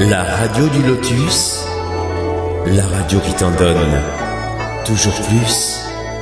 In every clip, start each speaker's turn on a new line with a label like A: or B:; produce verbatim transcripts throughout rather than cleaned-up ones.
A: La radio du Lotus, la radio qui t'en donne toujours plus.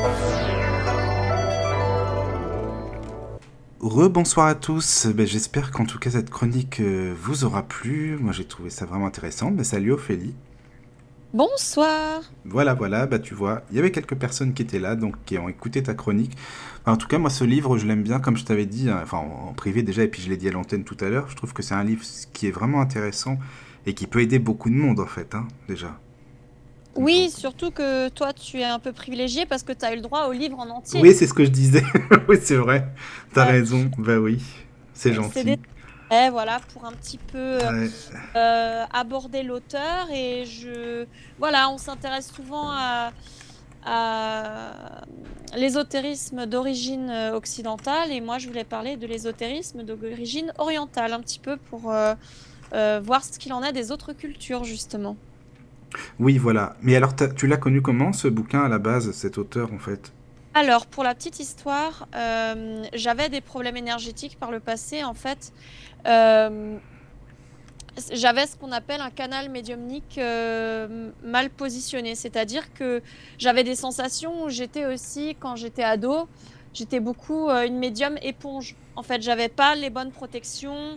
B: Rebonsoir à tous, ben, j'espère qu'en tout cas cette chronique euh, vous aura plu. Moi j'ai trouvé ça vraiment intéressant. Ben, salut Ophélie.
C: Bonsoir.
B: Voilà, voilà, bah tu vois, il y avait quelques personnes qui étaient là, donc qui ont écouté ta chronique. Enfin, en tout cas, moi ce livre, je l'aime bien, comme je t'avais dit, hein, enfin en, en privé déjà, et puis je l'ai dit à l'antenne tout à l'heure. Je trouve que c'est un livre qui est vraiment intéressant et qui peut aider beaucoup de monde en fait, hein, déjà.
C: Oui,
B: Donc,
C: surtout que toi, tu es un peu privilégié parce que tu as eu le droit au livre en entier.
B: oui, c'est ce que je disais. Oui, c'est vrai. T'as
C: Ouais.
B: raison. Bah oui, c'est
C: Et c'est des...
B: gentil.
C: Eh, voilà, pour un petit peu
B: Ouais.
C: euh, aborder l'auteur. Et je... Voilà, on s'intéresse souvent à, à l'ésotérisme d'origine euh, occidentale. Et moi, je voulais parler de l'ésotérisme d'origine orientale, un petit peu pour euh, euh, voir ce qu'il en est des autres cultures, justement.
B: Oui, voilà. Mais alors, t'as- tu l'as connu comment ce bouquin à la base, cet auteur en fait?
C: Alors, pour la petite histoire, euh, j'avais des problèmes énergétiques par le passé. En fait, euh, j'avais ce qu'on appelle un canal médiumnique euh, mal positionné. C'est-à-dire que j'avais des sensations où j'étais aussi, quand j'étais ado, j'étais beaucoup euh, une médium éponge. En fait, j'avais pas les bonnes protections.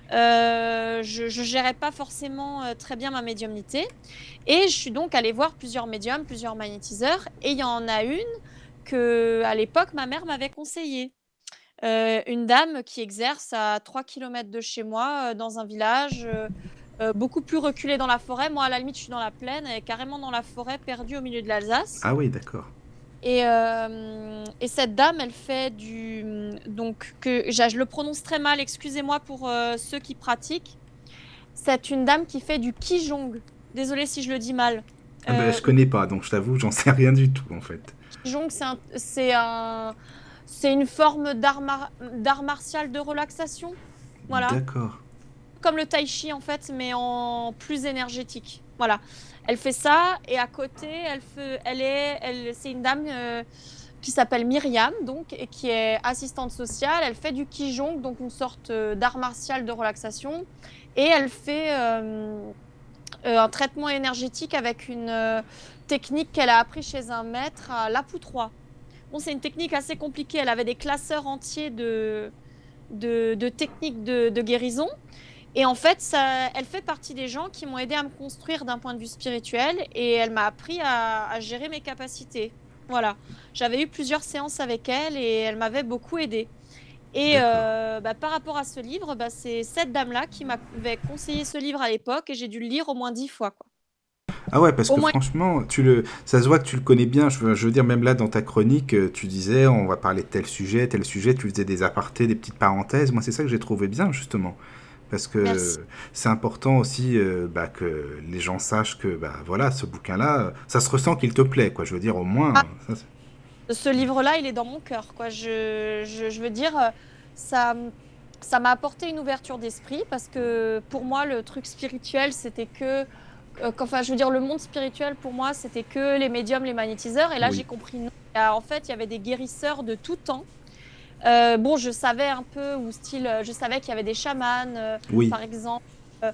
C: Euh, je, ne gérais pas forcément euh, très bien ma médiumnité. Et je suis donc allée voir plusieurs médiums, plusieurs magnétiseurs. Et il y en a une que, à l'époque, ma mère m'avait conseillée. Euh, une dame qui exerce à trois kilomètres de chez moi, euh, dans un village euh, euh, beaucoup plus reculé dans la forêt. Moi, à la limite, je suis dans la plaine, elle est carrément dans la forêt, perdue au milieu de l'Alsace.
B: Ah oui, d'accord.
C: Et, euh, et cette dame, elle fait du... Donc, que, je le prononce très mal, excusez-moi pour euh, ceux qui pratiquent. C'est une dame qui fait du Qigong. Désolée si je le dis mal.
B: Ah ben,
C: Euh,
B: je connais pas, donc je t'avoue, j'en sais rien du tout en fait.
C: Qigong, c'est un, c'est un, c'est une forme d'art, mar- d'art martial de relaxation. Voilà.
B: D'accord.
C: Comme le tai chi, en fait, mais en plus énergétique. Voilà. Elle fait ça, et à côté, elle fait, elle est, elle, c'est une dame euh, qui s'appelle Myriam, donc, et qui est assistante sociale. Elle fait du Qigong, donc une sorte euh, d'art martial de relaxation. Et elle fait euh, euh, un traitement énergétique avec une euh, technique qu'elle a appris chez un maître à Lapoutroie. Bon, c'est une technique assez compliquée. Elle avait des classeurs entiers de, de, de techniques de, de guérison. Et en fait, ça, elle fait partie des gens qui m'ont aidé à me construire d'un point de vue spirituel, et elle m'a appris à, à gérer mes capacités. Voilà. J'avais eu plusieurs séances avec elle et elle m'avait beaucoup aidée. Et
B: D'accord.
C: euh, bah, par rapport à ce livre, bah, c'est cette dame-là qui m'avait conseillé ce livre à l'époque, et j'ai dû le lire au moins dix fois, quoi.
B: Ah ouais, parce
C: Au
B: que
C: moins.
B: franchement, tu le, ça se voit que tu le connais bien. Je veux, je veux dire, même là dans ta chronique, euh, tu disais, on va parler de tel sujet, tel sujet. Tu faisais des apartés, des petites parenthèses. Moi, c'est ça que j'ai trouvé bien justement, parce
C: Merci.
B: que c'est important aussi euh, bah, que les gens sachent que, bah voilà, ce bouquin-là, euh, ça se ressent qu'il te plaît, quoi. Je veux dire, au moins.
C: Ah,
B: Ça, c'est-
C: ce livre-là, il est dans mon cœur, quoi. Je, je, je veux dire, euh, ça, ça m'a apporté une ouverture d'esprit, parce que pour moi, le truc spirituel, c'était que, euh, enfin, je veux dire, le monde spirituel, pour moi, c'était que les médiums, les magnétiseurs. Et là, j'ai
B: oui,
C: compris, non. Il y a- En fait, il y avait des guérisseurs de tout temps. Euh, bon, je savais un peu, ou style, euh, je savais qu'il y avait des chamans, euh,
B: oui,
C: par exemple, euh,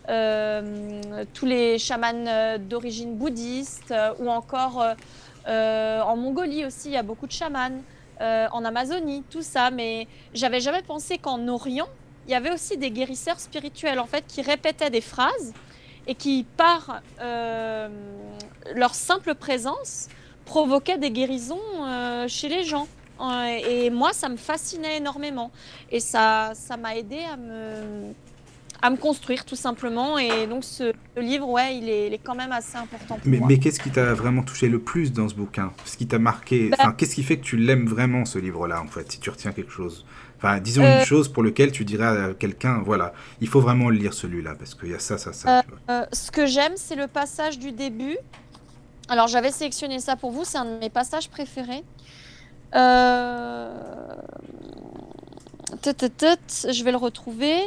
C: euh, tous les chamans euh, d'origine bouddhiste, euh, ou encore euh, euh, en Mongolie aussi, il y a beaucoup de chamans, euh, en Amazonie, tout ça. Mais j'avais jamais pensé qu'en Orient, il y avait aussi des guérisseurs spirituels, en fait, qui répétaient des phrases et qui, par euh, leur simple présence, provoquaient des guérisons euh, chez les gens. Euh, Et moi, ça me fascinait énormément. Et ça, ça m'a aidé à me, à me construire, tout simplement. Et donc, ce, ce livre, ouais, il est, il est quand même assez important pour
B: mais,
C: moi.
B: mais qu'est-ce qui t'a vraiment touché le plus dans ce bouquin? Ce qui t'a marqué,
C: Ben,
B: enfin, qu'est-ce qui fait que tu l'aimes vraiment ce livre-là, en fait, si tu retiens quelque chose? Enfin, disons une
C: euh,
B: chose pour laquelle tu dirais à quelqu'un, voilà, il faut vraiment le lire celui-là, parce qu'il y a ça, ça, ça,
C: euh,
B: tu vois.
C: euh, ce que j'aime, c'est le passage du début. Alors, j'avais sélectionné ça pour vous, c'est un de mes passages préférés. Euh... tut, tut, tut, je vais le retrouver.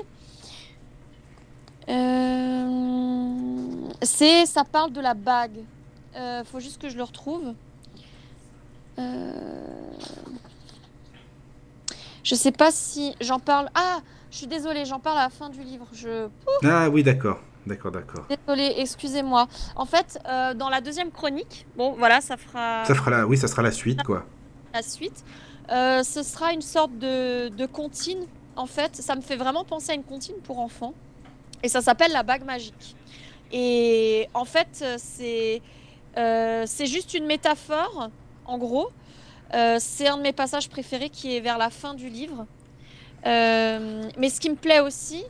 C: Euh, C'est, ça parle de la bague. Euh, faut juste que je le retrouve. Euh, Je sais pas si j'en parle. Ah, je suis désolée, j'en parle à la fin du livre. Je
B: Ah oui, d'accord. D'accord, d'accord.
C: Désolée, excusez-moi. En fait, euh, dans la deuxième chronique, bon, voilà, ça
B: Ça
C: fera
B: fera la... Oui, ça sera la suite, quoi.
C: la suite. Euh, ce sera une sorte de, de comptine. En fait, ça me fait vraiment penser à une comptine pour enfants. Et ça s'appelle la bague magique. Et en fait, euh, c'est euh, c'est juste une métaphore, en gros. Euh, c'est un de mes passages préférés qui est vers la fin du livre. Euh, mais ce qui me plaît aussi,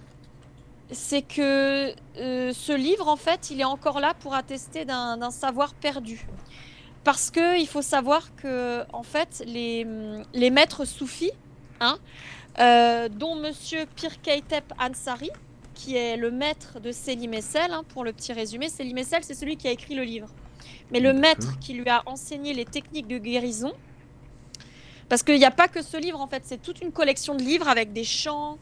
C: c'est que euh, ce livre, en fait, il est encore là pour attester d'un d'un savoir perdu. Parce que il faut savoir que, en fait, les, les maîtres soufis, hein, euh, dont Monsieur Pir Keytep Ansari, qui est le maître de Selim Essel, hein, pour le petit résumé. Selim Essel, c'est celui qui a écrit le livre. Mais le
B: D'accord.
C: maître qui lui a enseigné les techniques de guérison, parce qu'il n'y a pas que ce livre, en fait, c'est toute une collection de livres avec des chants,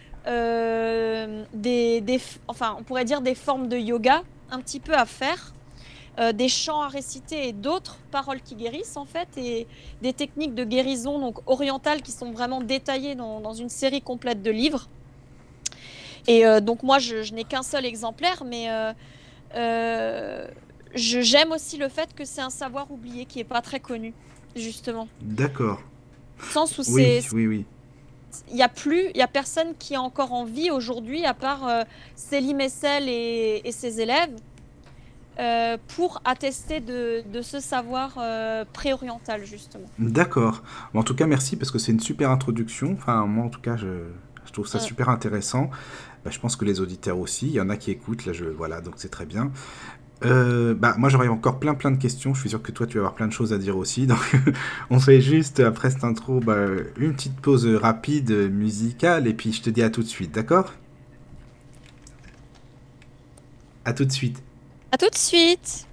C: euh, des, des, enfin, on pourrait dire des formes de yoga un petit peu à faire, euh, des chants à réciter et d'autres paroles qui guérissent en fait, et des techniques de guérison donc orientales qui sont vraiment détaillées dans, dans une série complète de livres. Et euh, donc moi, je, je n'ai qu'un seul exemplaire, mais euh, euh, je, j'aime aussi le fait que c'est un savoir oublié qui n'est pas très connu, justement.
B: D'accord.
C: Au sens où
B: Oui,
C: c'est...
B: oui, oui.
C: Il n'y a plus, il y a personne qui est encore en vie aujourd'hui, à part euh, Selim Essel et, et ses élèves, euh, pour attester de, de ce savoir euh, pré-oriental, justement.
B: D'accord. Bon, en tout cas, merci parce que c'est une super introduction. Enfin, moi, en tout cas, je, je trouve ça
C: Mm.
B: super intéressant. Bah, je pense que les auditeurs aussi. Il y en a qui écoutent. Là, je, voilà, donc c'est très bien. Euh, bah, moi, j'aurais encore plein, plein de questions. Je suis sûr que toi, tu vas avoir plein de choses à dire aussi. Donc, on fait juste, après cette intro, bah, une petite pause rapide musicale et puis je te dis à tout de suite, d'accord? À tout de suite.
C: À tout de suite!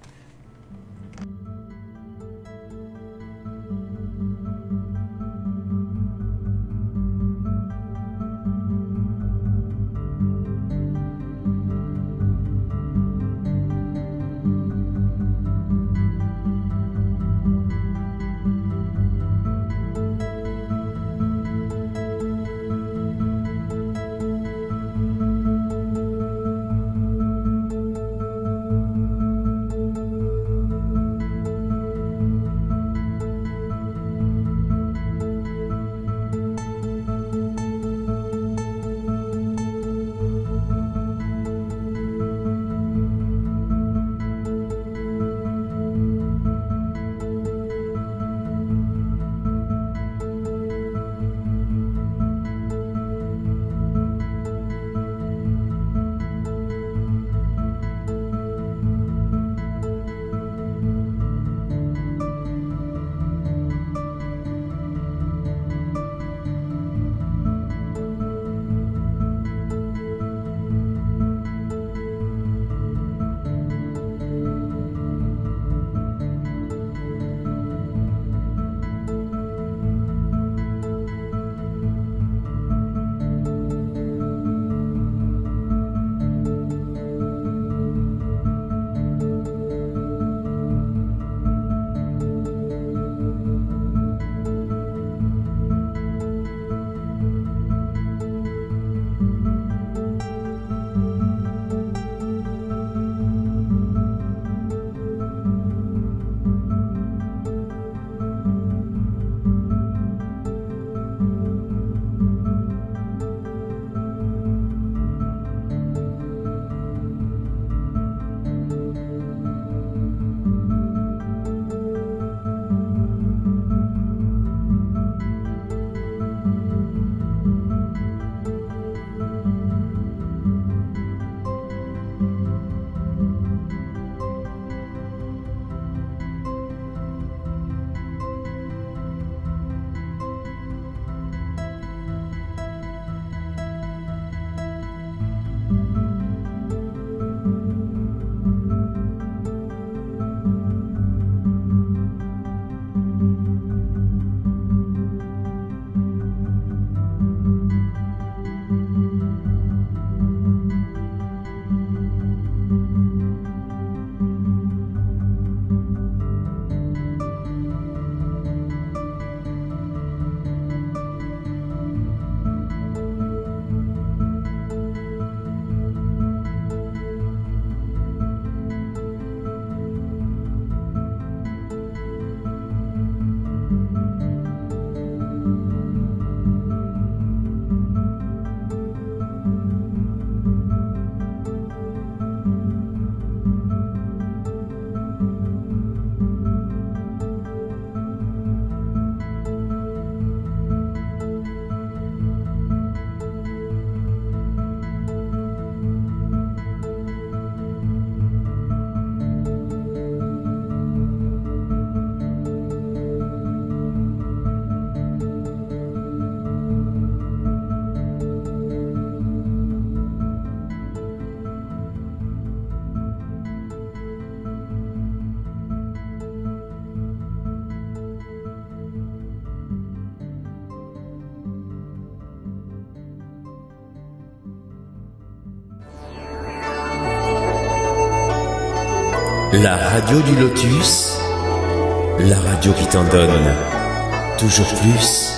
A: La radio du Lotus, la radio qui t'en donne toujours plus.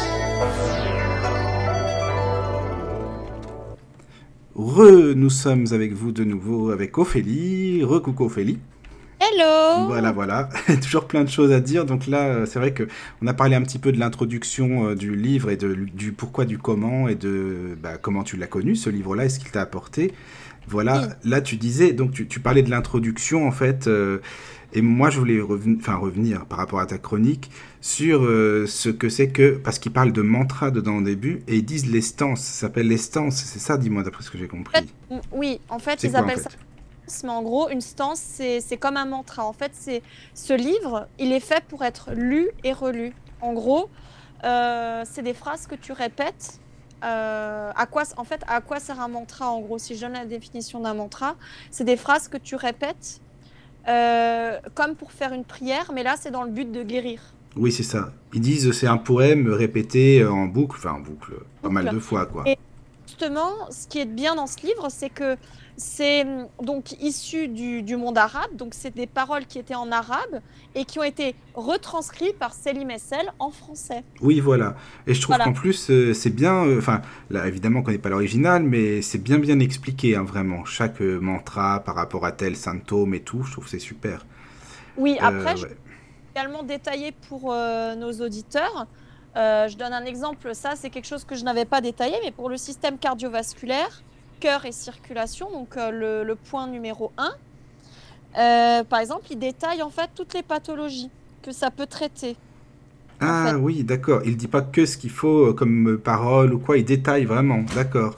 B: Re, nous sommes avec vous de nouveau avec Ophélie. Re, coucou Ophélie.
C: Hello.
B: Voilà, voilà. Toujours plein de choses à dire. Donc là, c'est vrai qu'on a parlé un petit peu de l'introduction euh, du livre et de, du pourquoi, du comment et de bah, comment tu l'as connu, ce livre-là, et ce qu'il t'a apporté. Voilà, oui. Là tu disais, donc tu, tu parlais de l'introduction en fait, euh, et moi je voulais reven- enfin, revenir par rapport à ta chronique sur euh, ce que c'est que, parce qu'ils parlent de mantra dedans au début, et ils disent les stances, ça s'appelle les stances, c'est ça, dis-moi d'après ce que j'ai compris.
C: En fait, oui, en fait
B: c'est
C: ils
B: quoi,
C: appellent
B: en fait
C: ça, mais en gros une stance c'est, c'est comme un mantra, en fait c'est, ce livre il est fait pour être lu et relu, en gros euh, c'est des phrases que tu répètes. Euh, à quoi, en fait, à quoi sert un mantra en gros? Si je donne la définition d'un mantra, c'est des phrases que tu répètes euh, comme pour faire une prière, mais là c'est dans le but de guérir.
B: Oui, c'est ça. Ils disent c'est un poème répété en boucle, enfin en boucle, pas mal de fois quoi.
C: Et justement, ce qui est bien dans ce livre, c'est que c'est donc issu du, du monde arabe, donc c'est des paroles qui étaient en arabe et qui ont été retranscrites par Selim Essel en français.
B: Oui, voilà. Et je trouve
C: Voilà.
B: qu'en plus, euh, c'est bien, enfin, là évidemment qu'on n'est pas l'original, mais c'est bien bien expliqué, hein, vraiment. Chaque euh, mantra par rapport à tel symptôme et tout, je trouve que c'est super.
C: Oui, après,
B: Euh,
C: je
B: ouais.
C: vais également détailler pour euh, nos auditeurs. Euh, je donne un exemple, ça c'est quelque chose que je n'avais pas détaillé, mais pour le système cardiovasculaire, cœur et circulation, donc euh, le, le point numéro un, euh, par exemple, il détaille en fait toutes les pathologies que ça peut traiter. En
B: Ah
C: fait.
B: oui, d'accord. Il dit pas que ce qu'il faut euh, comme euh, parole ou quoi, il détaille vraiment, d'accord.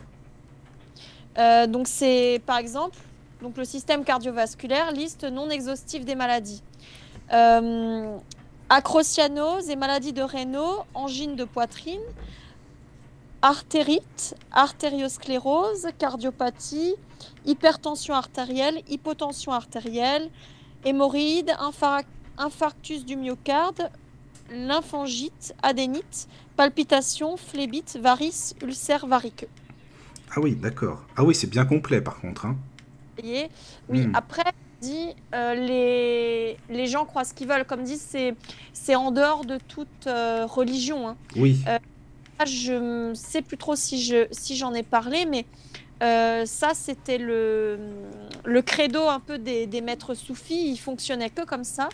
C: Euh, donc c'est par exemple, donc le système cardiovasculaire, liste non exhaustive des maladies. Euh, acrocyanose et maladies de Raynaud, angine de poitrine, artérite, artériosclérose, cardiopathie, hypertension artérielle, hypotension artérielle, hémorroïdes, infar- infarctus du myocarde, lymphangite, adénite, palpitations, phlébite, varices, ulcère variqueux.
B: Ah oui, d'accord. Ah oui, c'est bien complet par contre, hein.
C: voyez. Oui,
B: Hmm.
C: après, dit, euh, les, les gens croient ce qu'ils veulent. Comme dit, c'est, c'est en dehors de toute euh, religion. Hein.
B: Oui,
C: Euh, je ne sais plus trop si, je, si j'en ai parlé, mais euh, ça, c'était le, le credo un peu des, des maîtres soufis. Ils fonctionnaient que comme ça.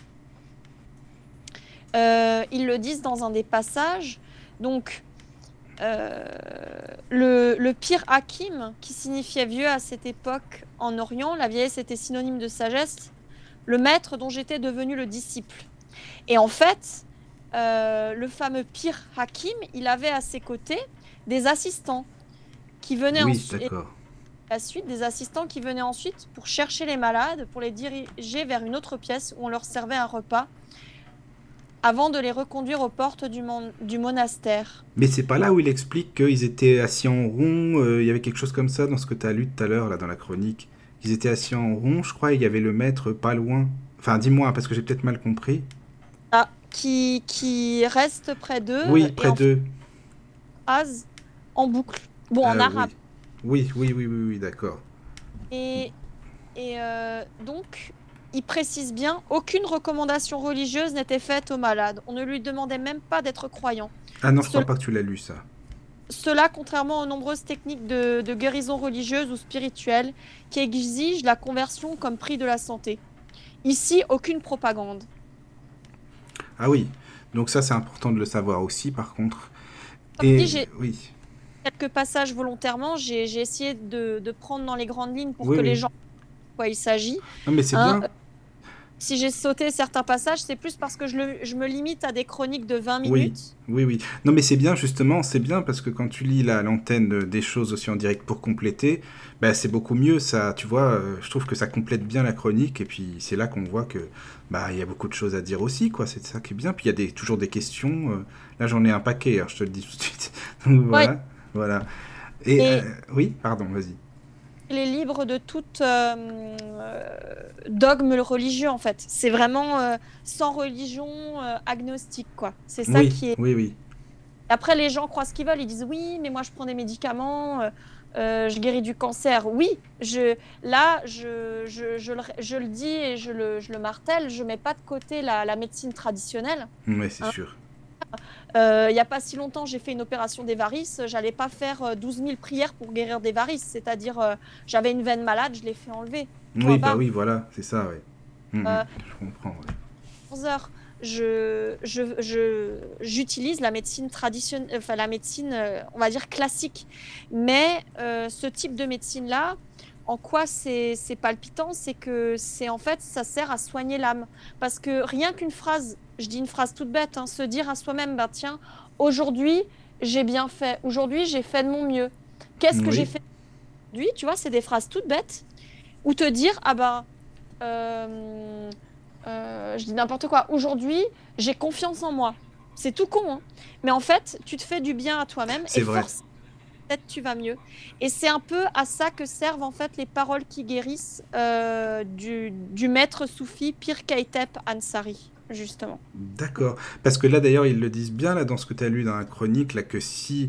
C: Euh, ils le disent dans un des passages. Donc, euh, le, le pire hakim, qui signifiait vieux à cette époque en Orient, la vieillesse était synonyme de sagesse, le maître dont j'étais devenu le disciple. Et en fait, euh, le fameux pire hakim, il avait à ses côtés des assistants qui venaient
B: oui,
C: ensuite,
B: d'accord.
C: la suite, des assistants qui venaient ensuite pour chercher les malades, pour les diriger vers une autre pièce où on leur servait un repas, avant de les reconduire aux portes du, mon- du monastère.
B: Mais c'est pas là où il explique qu'ils étaient assis en rond, euh, il y avait quelque chose comme ça dans ce que tu as lu tout à l'heure, là, dans la chronique. Ils étaient assis en rond, je crois, et il y avait le maître pas loin. Enfin, dis-moi, parce que j'ai peut-être mal compris.
C: Ah, qui, qui reste près d'eux
B: Oui,
C: et
B: près
C: en
B: d'eux.
C: phrase en boucle. Bon, en
B: Euh,
C: arabe.
B: oui. Oui, oui, oui, oui, oui, d'accord.
C: Et, et euh, donc, il précise bien, aucune recommandation religieuse n'était faite aux malades. On ne lui demandait même pas d'être croyant.
B: Ah non, je crois
C: Cela,
B: pas que tu l'as lu, ça.
C: cela, contrairement aux nombreuses techniques de, de guérison religieuse ou spirituelle qui exigent la conversion comme prix de la santé. Ici, aucune propagande.
B: Ah oui, donc ça, c'est important de le savoir aussi, par contre.
C: Comme dit,
B: Et
C: j'ai
B: oui,
C: quelques passages volontairement, j'ai j'ai essayé de, de prendre dans les grandes lignes pour
B: oui,
C: que les
B: oui.
C: gens sachent de quoi il s'agit.
B: Non, mais c'est
C: Hein,
B: bien.
C: si j'ai sauté certains passages, c'est plus parce que je, le- je me limite à des chroniques de vingt
B: Oui,
C: minutes.
B: oui, oui. Non, mais c'est bien, justement, c'est bien parce que quand tu lis là, à l'antenne euh, des choses aussi en direct pour compléter, bah, c'est beaucoup mieux, ça, tu vois, euh, je trouve que ça complète bien la chronique et puis c'est là qu'on voit que bah, il y a beaucoup de choses à dire aussi, quoi, c'est ça qui est bien. Puis il y a des, toujours des questions, euh, là j'en ai un paquet, hein, je te le dis tout de suite. Donc
C: Ouais.
B: voilà, voilà. Et
C: Et
B: euh, oui, pardon, vas-y.
C: il est libre de tout euh, euh, dogme religieux, en fait. C'est vraiment euh, sans religion, euh, agnostique, quoi. C'est ça
B: Oui,
C: qui est
B: oui, oui.
C: Après, les gens croient ce qu'ils veulent. Ils disent oui, mais moi, je prends des médicaments, euh, euh, je guéris du cancer. Oui, je, là, je, je, je, le, je le dis et je le, je le martèle, je ne mets pas de côté la, la médecine traditionnelle.
B: Oui, c'est
C: Hein.
B: sûr.
C: Euh, il n'y a pas si longtemps, j'ai fait une opération des varices. J'allais pas faire euh, douze mille prières pour guérir des varices. C'est-à-dire, euh, j'avais une veine malade, je l'ai fait enlever.
B: Oui,
C: Point
B: bah
C: barre.
B: oui, voilà, c'est ça, ouais. Mhm,
C: Euh,
B: je comprends, ouais.
C: quatorze heures, je, je, je, j'utilise la médecine traditionnelle, enfin la médecine, euh, on va dire classique. Mais euh, ce type de médecine-là, en quoi c'est, c'est palpitant, c'est que c'est en fait, ça sert à soigner l'âme. Parce que rien qu'une phrase, je dis une phrase toute bête, hein, se dire à soi-même, bah tiens, aujourd'hui j'ai bien fait, aujourd'hui j'ai fait de mon mieux. Qu'est-ce que j'ai
B: Oui,
C: fait aujourd'hui? Tu vois, c'est des phrases toutes bêtes. Ou te dire, ah bah, euh, euh, je dis n'importe quoi, aujourd'hui j'ai confiance en moi. C'est tout con, hein. Mais en fait, tu te fais du bien à toi-même
B: c'est
C: et
B: vrai.
C: forcément, peut-être tu vas mieux. Et c'est un peu à ça que servent en fait les paroles qui guérissent euh, du, du maître soufi Pir Kaytep Ansari, justement.
B: D'accord. Parce que là, d'ailleurs, ils le disent bien, là, dans ce que tu as lu dans la chronique, là, que si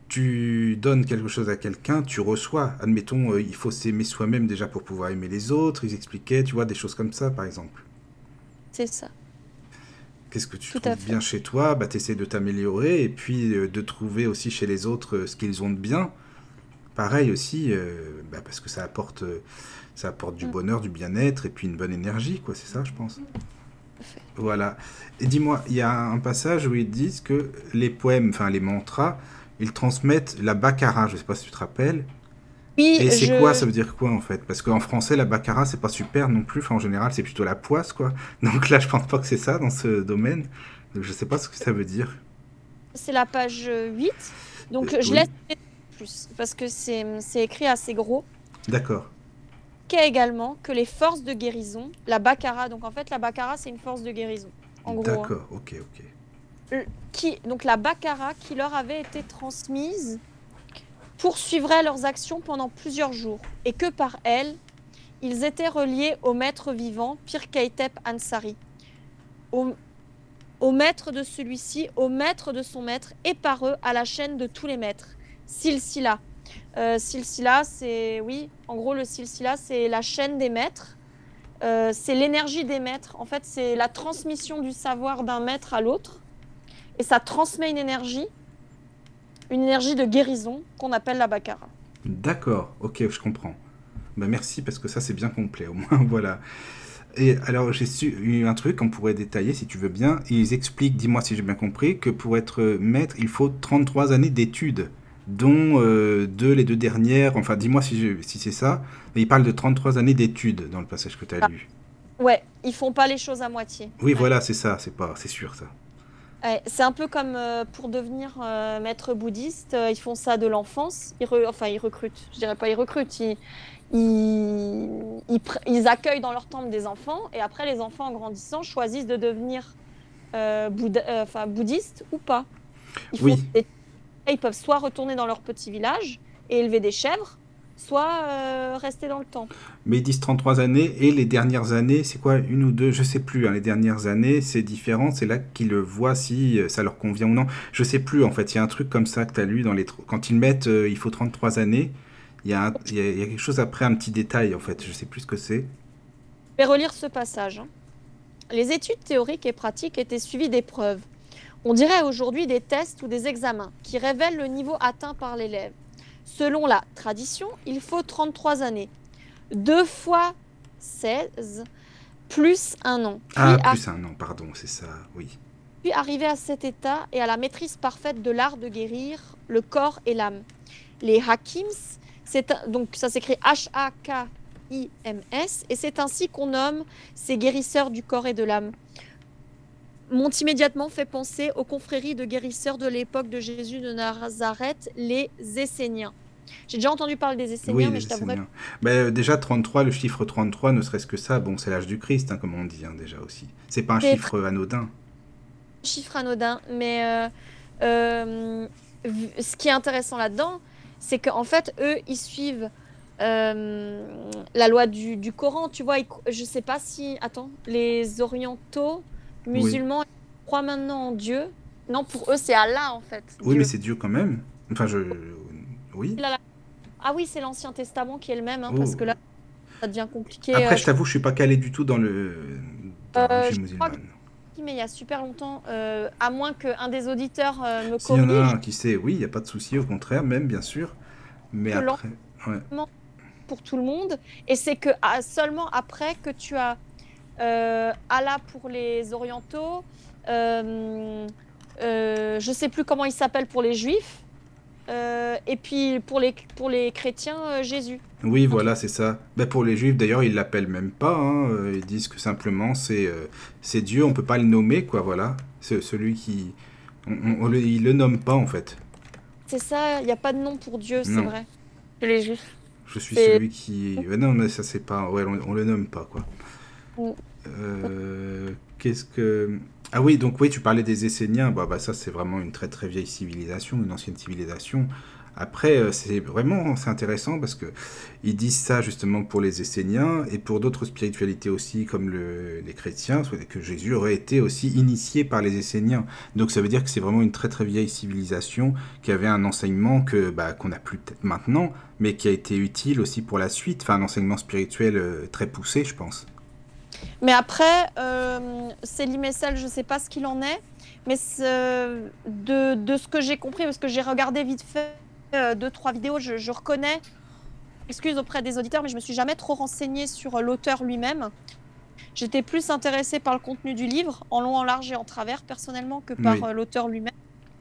B: tu donnes quelque chose à quelqu'un, tu reçois. Admettons, euh, il faut s'aimer soi-même déjà pour pouvoir aimer les autres. Ils expliquaient, tu vois, des choses comme ça, par exemple.
C: C'est ça,
B: Qu'est-ce que tu
C: tout à
B: trouves
C: fait.
B: bien chez toi? Bah, tu essaies de t'améliorer et puis euh, de trouver aussi chez les autres euh, ce qu'ils ont de bien. Pareil aussi, euh, bah, parce que ça apporte, euh, ça apporte du
C: Mm,
B: bonheur, du bien-être et puis une bonne énergie, quoi. C'est ça, je pense.
C: tout à fait.
B: Voilà. Et dis-moi, il y a un passage où ils disent que les poèmes, enfin les mantras, ils transmettent la baccara. Je sais pas si tu te rappelles.
C: Oui,
B: Et c'est quoi?
C: je,
B: Ça veut dire quoi en fait? Parce qu'en français, la baccara, c'est pas super non plus. Enfin, en général, c'est plutôt la poisse, quoi. Donc là, je pense pas que c'est ça dans ce domaine. Donc je sais pas ce que ça veut dire.
C: c'est la page huit.
B: Euh,
C: Donc je laisse
B: oui,
C: plus parce que c'est, c'est écrit assez gros.
B: d'accord.
C: Qu'est également que les forces de guérison, la baccara, donc en fait la baccara c'est une force de guérison, en gros, hein.
B: D'accord, ok, ok.
C: Le- qui, donc la baccara qui leur avait été transmise poursuivrait leurs actions pendant plusieurs jours et que par elle, ils étaient reliés au maître vivant, Pir Kaytep Ansari, au, au maître de celui-ci, au maître de son maître et par eux à la chaîne de tous les maîtres. Silsila. Euh, silsila, c'est, oui, en gros le silsila c'est la chaîne des maîtres. Euh, c'est l'énergie des maîtres. En fait, c'est la transmission du savoir d'un maître à l'autre. Et ça transmet une énergie, une énergie de guérison qu'on appelle la baccara.
B: D'accord, ok, je comprends. Bah merci parce que ça c'est bien complet au moins, voilà. Et alors j'ai su eu un truc qu'on pourrait détailler si tu veux bien. Ils expliquent, dis-moi si j'ai bien compris, que pour être maître, il faut trente-trois années d'études, dont euh, deux, les deux dernières, enfin dis-moi si, je- si c'est ça, mais ils parlent de trente-trois années d'études dans le passage que tu as
C: Ah,
B: lu.
C: ouais, ils font pas les choses à moitié.
B: Oui,
C: Ouais.
B: voilà, c'est ça, c'est pas, c'est sûr ça.
C: Ouais, c'est un peu comme euh, pour devenir euh, maître bouddhiste, euh, ils font ça de l'enfance. Ils re- Enfin, ils recrutent. Je dirais pas ils recrutent. Ils, ils, ils pr- ils accueillent dans leur temple des enfants et après, les enfants en grandissant choisissent de devenir euh, bouddha- euh, enfin, bouddhistes ou pas. Ils font
B: Oui,
C: des- Ils peuvent soit retourner dans leur petit village et élever des chèvres, soit euh, rester dans le temple.
B: mais ils disent trente-trois années et les dernières années, c'est quoi, une ou deux, je sais plus, hein, les dernières années, c'est différent, c'est là qu'ils le voient si euh, ça leur convient ou non. Je sais plus en fait, il y a un truc comme ça que tu as lu dans les... tr- Quand ils mettent euh, il faut trente-trois années, il y, a un- il y a, il y a quelque chose après, un petit détail en fait, je sais plus ce que c'est.
C: Je vais relire ce passage, hein. Les études théoriques et pratiques étaient suivies d'épreuves. On dirait aujourd'hui des tests ou des examens qui révèlent le niveau atteint par l'élève. Selon la tradition, il faut trente-trois années, deux fois seize, plus un an. Puis,
B: Ah,
C: ar-
B: plus un an, pardon, c'est ça, oui.
C: puis arriver à cet état et à la maîtrise parfaite de l'art de guérir le corps et l'âme. Les hakims, c'est un- donc ça s'écrit H A K I M S, et c'est ainsi qu'on nomme ces guérisseurs du corps et de l'âme. M'ont immédiatement fait penser aux confréries de guérisseurs de l'époque de Jésus de Nazareth, les Esséniens. J'ai déjà entendu parler des
B: Oui,
C: Esséniens, mais je
B: les
C: t'avouerai
B: Esséniens. Ben, déjà trente-trois, le chiffre trente-trois, ne serait-ce que ça, bon, c'est l'âge du Christ, hein, comme on dit hein, déjà aussi. C'est pas un
C: que c'est très
B: chiffre anodin.
C: chiffre anodin, mais euh, euh, vu- ce qui est intéressant là-dedans, c'est qu'en fait, eux, ils suivent euh, la loi du, du Coran. Tu vois, ils cro- je sais pas si... Attends, les orientaux
B: Oui.
C: musulmans ils croient maintenant en Dieu, Non, pour eux, c'est Allah, en fait,
B: Oui, mais
C: Dieu.
B: c'est Dieu quand même. Enfin, je... Oui.
C: Là, là. Ah oui, c'est l'Ancien Testament qui est le même, hein, parce
B: Oh.
C: que là, ça devient compliqué.
B: Après,
C: euh,
B: je
C: je...
B: t'avoue, je suis pas calé du tout dans, le... dans la
C: Euh,
B: religion
C: je crois que
B: musulmane.
C: mais il y a super longtemps, euh, à moins qu'un des auditeurs euh, me
B: S'il y en a
C: corrige,
B: un qui sait, oui, il n'y a pas de souci, au contraire, même, bien sûr. Mais
C: que
B: après... Ouais.
C: l'enseignement pour tout le monde, et c'est que ah, seulement après que tu as euh, Allah pour les orientaux, euh, euh, je sais plus comment il s'appelle pour les juifs, euh, et puis pour les, pour les chrétiens, euh, Jésus.
B: Oui,
C: Un truc.
B: voilà, c'est ça. Ben, pour les juifs, d'ailleurs, ils l'appellent même pas. Hein. euh, Ils disent que simplement, c'est euh, c'est Dieu, on peut pas le nommer, quoi, voilà. C'est celui qui... On, on- on le, il le nomme pas, en fait.
C: C'est ça, il n'y a pas de nom pour Dieu, c'est
B: Non,
C: vrai. Chez les juifs.
B: je suis
C: C'est...
B: celui qui... Ouais, non, mais ça, c'est pas... Ouais, on, on le nomme pas, quoi. Euh, Qu'est-ce que... Ah oui, donc oui, tu parlais des Esséniens. Bah, bah ça, c'est vraiment une très très vieille civilisation, une ancienne civilisation. Après, euh, c'est vraiment c'est intéressant parce que ils disent ça justement pour les Esséniens et pour d'autres spiritualités aussi, comme le- les chrétiens, soit que Jésus aurait été aussi initié par les Esséniens. Donc ça veut dire que c'est vraiment une très très vieille civilisation qui avait un enseignement que bah, qu'on n'a plus peut-être maintenant, mais qui a été utile aussi pour la suite. Enfin, un enseignement spirituel euh, très poussé, je pense.
C: Mais après, euh, Selim Essel, je ne sais pas ce qu'il en est, mais ce- de, de ce que j'ai compris, parce que j'ai regardé vite fait euh, deux, trois vidéos, je, je reconnais, excuse auprès des auditeurs, mais je ne me suis jamais trop renseignée sur euh, l'auteur lui-même. J'étais plus intéressée par le contenu du livre, en long, en large et en travers, personnellement, que par
B: Oui,
C: euh, l'auteur lui-même.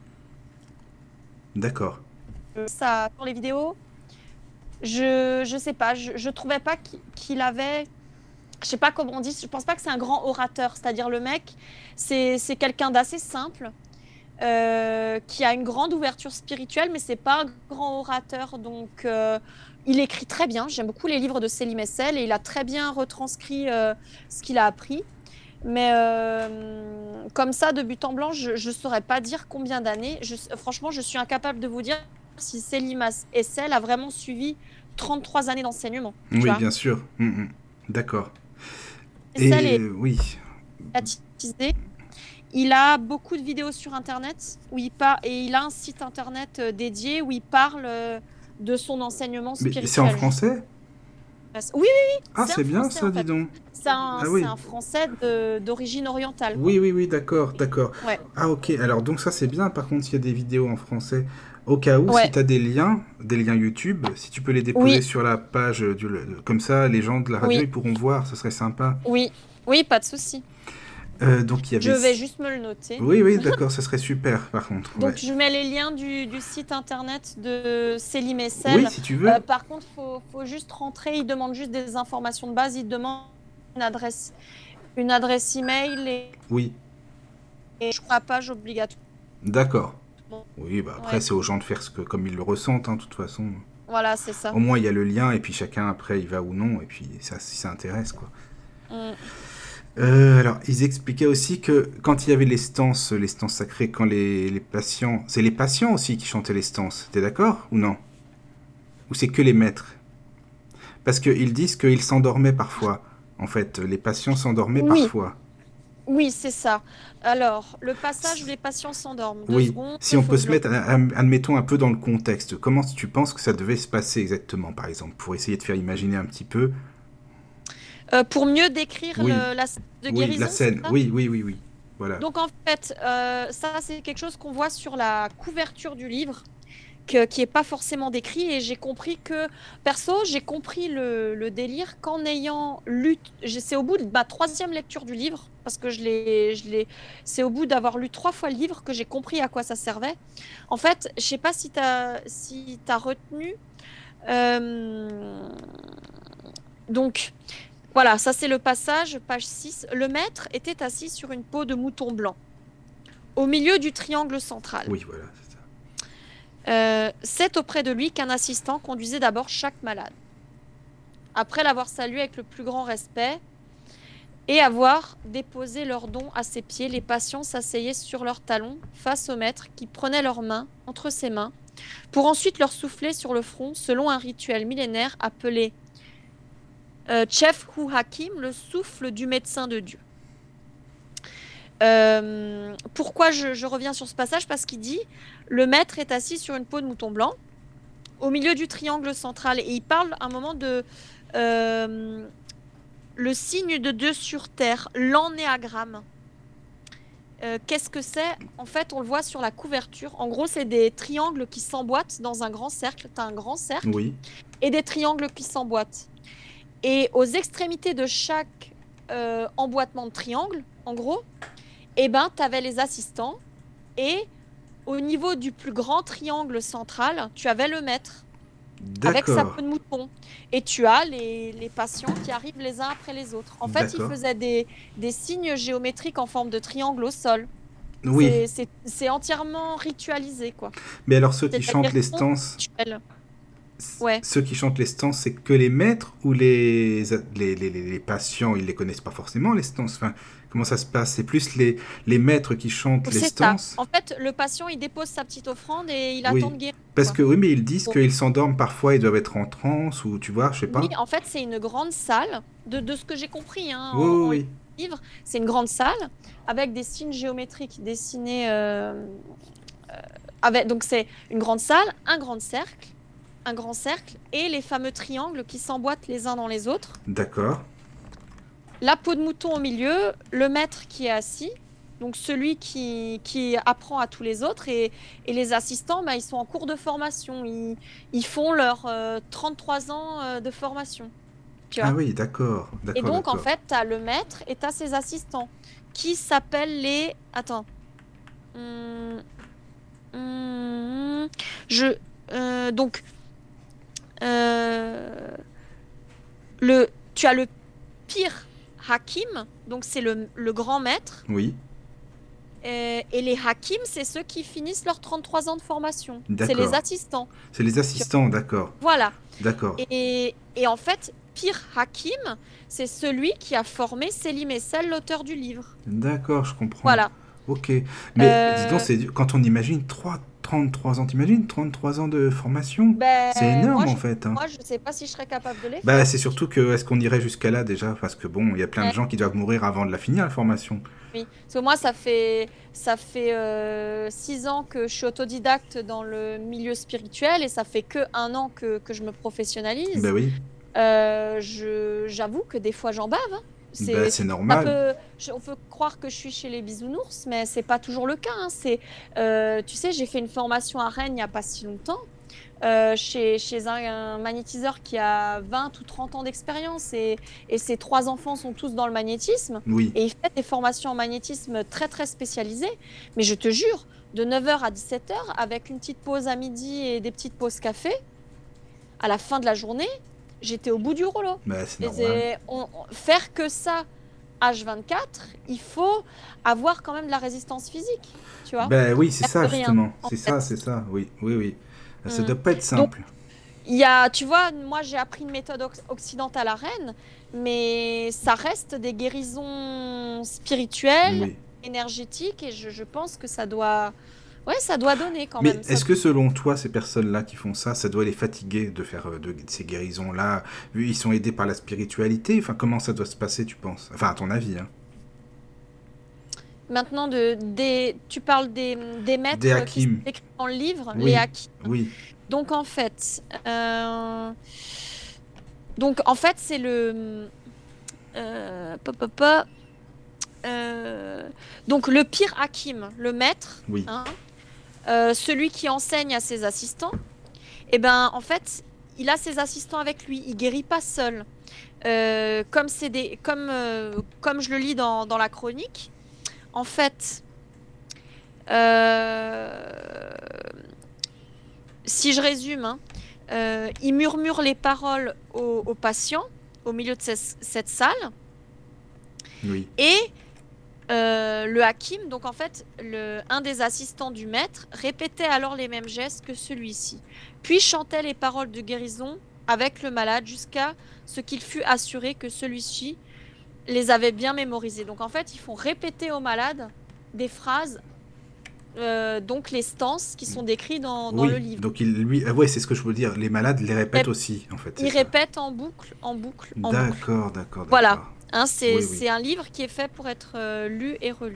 B: d'accord.
C: Euh, Ça, sur les vidéos, je ne sais pas, je ne trouvais pas qu'il qu'il avait... Je sais pas comment on dit, je pense pas que c'est un grand orateur, c'est-à-dire le mec, c'est c'est quelqu'un d'assez simple, euh, qui a une grande ouverture spirituelle, mais c'est pas un grand orateur, donc euh, il écrit très bien. J'aime beaucoup les livres de Selim Essel et il a très bien retranscrit euh, ce qu'il a appris. Mais euh, comme ça, de but en blanc, je ne saurais pas dire combien d'années. Je- Franchement, je suis incapable de vous dire si Selim Essel a vraiment suivi trente-trois années d'enseignement. Tu
B: Oui,
C: vois,
B: bien sûr. Mm, mm. D'accord.
C: Essel
B: Et
C: est
B: euh, oui,
C: baptisé. Il a beaucoup de vidéos sur Internet où il par... et il a un site Internet euh, dédié où il parle euh, de son enseignement
B: mais c'est en
C: spirituel.
B: français?
C: Oui, oui, oui,
B: Ah,
C: c'est
B: c'est
C: un
B: bien
C: Français
B: ça,
C: en
B: dis
C: fait.
B: donc.
C: C'est un,
B: Ah
C: c'est
B: oui.
C: un Français de- d'origine orientale, quoi.
B: Oui, oui, oui, d'accord, d'accord.
C: Ouais,
B: Ah, ok. Alors, donc ça, c'est bien. Par contre, s'il y a des vidéos en français, au cas où, si
C: ouais,
B: tu as des liens, des liens YouTube, si tu peux les déposer
C: oui,
B: sur la page du... Comme ça, les gens de la radio,
C: oui,
B: ils pourront voir. Ce serait sympa.
C: oui, oui, pas de souci.
B: Euh, donc, il y
C: Je
B: avait...
C: vais juste me le noter.
B: Oui, oui, d'accord, ce serait super, par contre.
C: Donc,
B: Ouais.
C: je mets les liens du, du site Internet de Selim
B: Oui,
C: Essel.
B: si tu
C: Euh,
B: veux.
C: par contre, il faut, faut juste rentrer. Il demande juste des informations de base. Il demande une adresse, une adresse email et,
B: Oui,
C: et je crois page obligatoire.
B: d'accord. Oui, bah après,
C: Ouais,
B: c'est aux gens de faire ce que, comme ils le ressentent, hein, de toute façon.
C: voilà, c'est ça.
B: Au moins, il y a le lien, et puis chacun, après, il va ou non, et puis ça, si ça intéresse, quoi.
C: Mm.
B: Euh, alors, ils expliquaient aussi que quand il y avait les stances, les stances sacrées, quand les, les patients... C'est les patients aussi qui chantaient les stances, t'es d'accord ou non? Ou c'est que les maîtres? Parce qu'ils disent qu'ils s'endormaient parfois. En fait, les patients s'endormaient
C: Oui,
B: parfois.
C: oui, c'est ça. Alors, le passage où les patients s'endorment. Deux
B: Oui,
C: secondes,
B: si
C: il
B: on
C: faut
B: peut
C: que je
B: se
C: le...
B: mettre, admettons, un peu dans le contexte, comment tu penses que ça devait se passer exactement, par exemple, pour essayer de faire imaginer un petit peu?
C: Euh, pour mieux décrire
B: Oui,
C: le- la scène de
B: oui, la
C: guérison, c'est
B: scène,
C: ça?
B: oui, oui, oui, oui, voilà.
C: Donc, en fait, euh, ça, c'est quelque chose qu'on voit sur la couverture du livre, que- qui n'est pas forcément décrit. Et j'ai compris que, perso, j'ai compris le, le délire qu'en ayant lu, j'ai- c'est au bout de ma troisième lecture du livre, parce que je l'ai, je l'ai, c'est au bout d'avoir lu trois fois le livre que j'ai compris à quoi ça servait. En fait, je sais pas si tu as si t'as retenu. euh, donc, voilà, ça c'est le passage, page six. Le maître était assis sur une peau de mouton blanc, au milieu du triangle central.
B: Oui, voilà, c'est ça.
C: Euh, c'est auprès de lui qu'un assistant conduisait d'abord chaque malade. Après l'avoir salué avec le plus grand respect et avoir déposé leurs dons à ses pieds, les patients s'asseyaient sur leurs talons face au maître qui prenait leurs mains entre ses mains pour ensuite leur souffler sur le front selon un rituel millénaire appelé euh, Chef Hu Hakim, le souffle du médecin de Dieu. Euh, pourquoi je, je reviens sur ce passage? Parce qu'il dit, le maître est assis sur une peau de mouton blanc, au milieu du triangle central. Et il parle à un moment de euh, le signe de Dieu sur terre, l'ennéagramme. Euh, qu'est-ce que c'est? En fait, on le voit sur la couverture. En gros, c'est des triangles qui s'emboîtent dans un grand cercle. Tu as un grand cercle
B: Oui.
C: et des triangles qui s'emboîtent. Et aux extrémités de chaque euh, emboîtement de triangle, en gros, eh ben, tu avais les assistants. Et au niveau du plus grand triangle central, tu avais le maître avec sa
B: D'accord.
C: peau de mouton. Et tu as les, les patients qui arrivent les uns après les autres. En fait, il
B: D'accord.
C: faisait des, des signes géométriques en forme de triangle au sol.
B: Oui.
C: C'est- C'est c'est entièrement ritualisé, quoi.
B: Mais alors, ceux qui
C: C'est-à-dire
B: chantent les stances,
C: rituel.
B: c-
C: Ouais.
B: ceux qui chantent les stances, c'est que les maîtres ou les, les, les, les- les patients, ils les connaissent pas forcément, les stances. Enfin, comment ça se passe? C'est plus les, les maîtres qui chantent les
C: C'est ça.
B: stances?
C: En fait, le patient, il dépose sa petite offrande et il attend
B: Oui.
C: de guérir,
B: Parce
C: quoi.
B: que oui, mais ils disent
C: Bon.
B: qu'ils s'endorment parfois, ils doivent être en transe, ou tu vois, je sais
C: Oui,
B: pas.
C: en fait, c'est une grande salle, de, de ce que j'ai compris hein,
B: Oui,
C: en, en
B: oui,
C: livre. C'est une grande salle avec des signes géométriques dessinés. euh, avec, donc, c'est une grande salle, un grand cercle, un grand cercle et les fameux triangles qui s'emboîtent les uns dans les autres.
B: oui. D'accord.
C: La peau de mouton au milieu, le maître qui est assis, donc celui qui, qui apprend à tous les autres, et, et les assistants, bah, ils sont en cours de formation. Ils, ils font leurs euh, trente-trois ans euh, de formation. Tu
B: Ah
C: vois?
B: oui, d'accord,
C: Et
B: d'accord,
C: donc, en
B: d'accord.
C: fait, tu as le maître et tu as ses assistants qui s'appellent les. Attends. Hum, hum, je. euh, donc, euh, le, tu as le pire hakim, donc c'est le, le grand maître.
B: Oui,
C: Euh, et les hakim, c'est ceux qui finissent leurs trente-trois ans de formation. C'est les
B: d'accord.
C: assistants.
B: C'est les assistants, d'accord,
C: Voilà.
B: d'accord.
C: Et, et en fait, pire hakim, c'est celui qui a formé Selim Essel, l'auteur du livre.
B: D'accord, je comprends.
C: Voilà.
B: Ok. Mais dis donc,
C: Euh,
B: c'est dur. Quand on imagine trois, trente-trois ans, t'imagines trente-trois ans de formation? C'est
C: ben,
B: énorme
C: moi,
B: en
C: je,
B: fait, hein.
C: moi, je sais pas si je serais capable de les
B: Bah,
C: faire.
B: c'est surtout que, est-ce qu'on irait jusqu'à là déjà? Parce que bon, il y a plein de
C: Ouais,
B: gens qui doivent mourir avant de la finir, la formation.
C: oui. Parce que moi, ça fait, ça fait euh, six ans que je suis autodidacte dans le milieu spirituel et ça fait que un an que, que je me
B: Bah
C: professionnalise.
B: oui,
C: Euh, je, j'avoue que des fois, j'en bave. hein.
B: bah
C: C'est,
B: c'est
C: ça
B: normal.
C: peut, je- on peut croire que je suis chez les bisounours, mais c'est pas toujours le cas. hein. C'est, euh, tu sais, j'ai fait une formation à Rennes il n'y a pas si longtemps, euh, chez, chez un, un magnétiseur qui a vingt ou trente ans d'expérience et, et ses trois enfants sont tous dans le magnétisme.
B: Oui,
C: Et il fait des formations en magnétisme très très spécialisées. Mais je te jure, de neuf heures à dix-sept heures, avec une petite pause à midi et des petites pauses café, à la fin de la journée, j'étais au bout du rouleau.
B: bah c'est
C: Et
B: normal.
C: c'est- on- on- faire que ça H vingt-quatre, il faut avoir quand même de la résistance physique, tu vois.
B: Bah oui, c'est
C: Faire
B: ça
C: que rien,
B: justement.
C: en
B: C'est ça,
C: fait.
B: c'est ça. Oui, oui, oui. Ça
C: Mm.
B: doit pas être
C: Donc,
B: simple.
C: il y a, tu vois, moi j'ai appris une méthode oc- occidentale à Rennes, mais ça reste des guérisons spirituelles,
B: Oui.
C: énergétiques, et je, je pense que ça doit, ouais, ça doit donner quand
B: Mais
C: même. Ça
B: est-ce que selon toi, ces personnes-là qui font ça, ça doit les fatiguer de faire euh, de, ces guérisons-là, vu ils sont aidés par la spiritualité? Enfin, comment ça doit se passer, tu penses? Enfin, à ton avis, hein.
C: Maintenant, de, des, tu parles des, des
B: Des
C: maîtres qui sont
B: hakims.
C: décrits dans le livre, les
B: Oui,
C: hakims.
B: oui,
C: Donc en fait, euh, donc en fait c'est le, euh, pa, pa, pa, euh, donc le pire hakim, le maître,
B: oui.
C: hein, euh, celui qui enseigne à ses assistants. Et ben en fait, il a ses assistants avec lui. Il guérit pas seul. Euh, comme c'est des, comme euh, comme je le lis dans, dans la chronique. En fait, euh, si je résume, hein, euh, il murmure les paroles aux, aux patients au milieu de ces- cette salle
B: Oui.
C: et euh, le hakim, donc en fait, le, un des assistants du maître, répétait alors les mêmes gestes que celui-ci, puis chantait les paroles de guérison avec le malade jusqu'à ce qu'il fût assuré que celui-ci les avait bien mémorisés. Donc en fait, ils font répéter au malade des phrases, euh, donc les stances qui sont décrites dans, dans le
B: Oui,
C: livre.
B: donc il, lui, ah ouais, c'est ce que je veux dire. Les malades les répètent
C: Rép-
B: aussi, en fait, c'est
C: Ils
B: ça.
C: répètent en boucle, en boucle, en boucle.
B: D'accord, d'accord,
C: Voilà.
B: d'accord.
C: Hein, c'est
B: Oui, oui.
C: c'est un livre qui est fait pour être euh, lu et relu.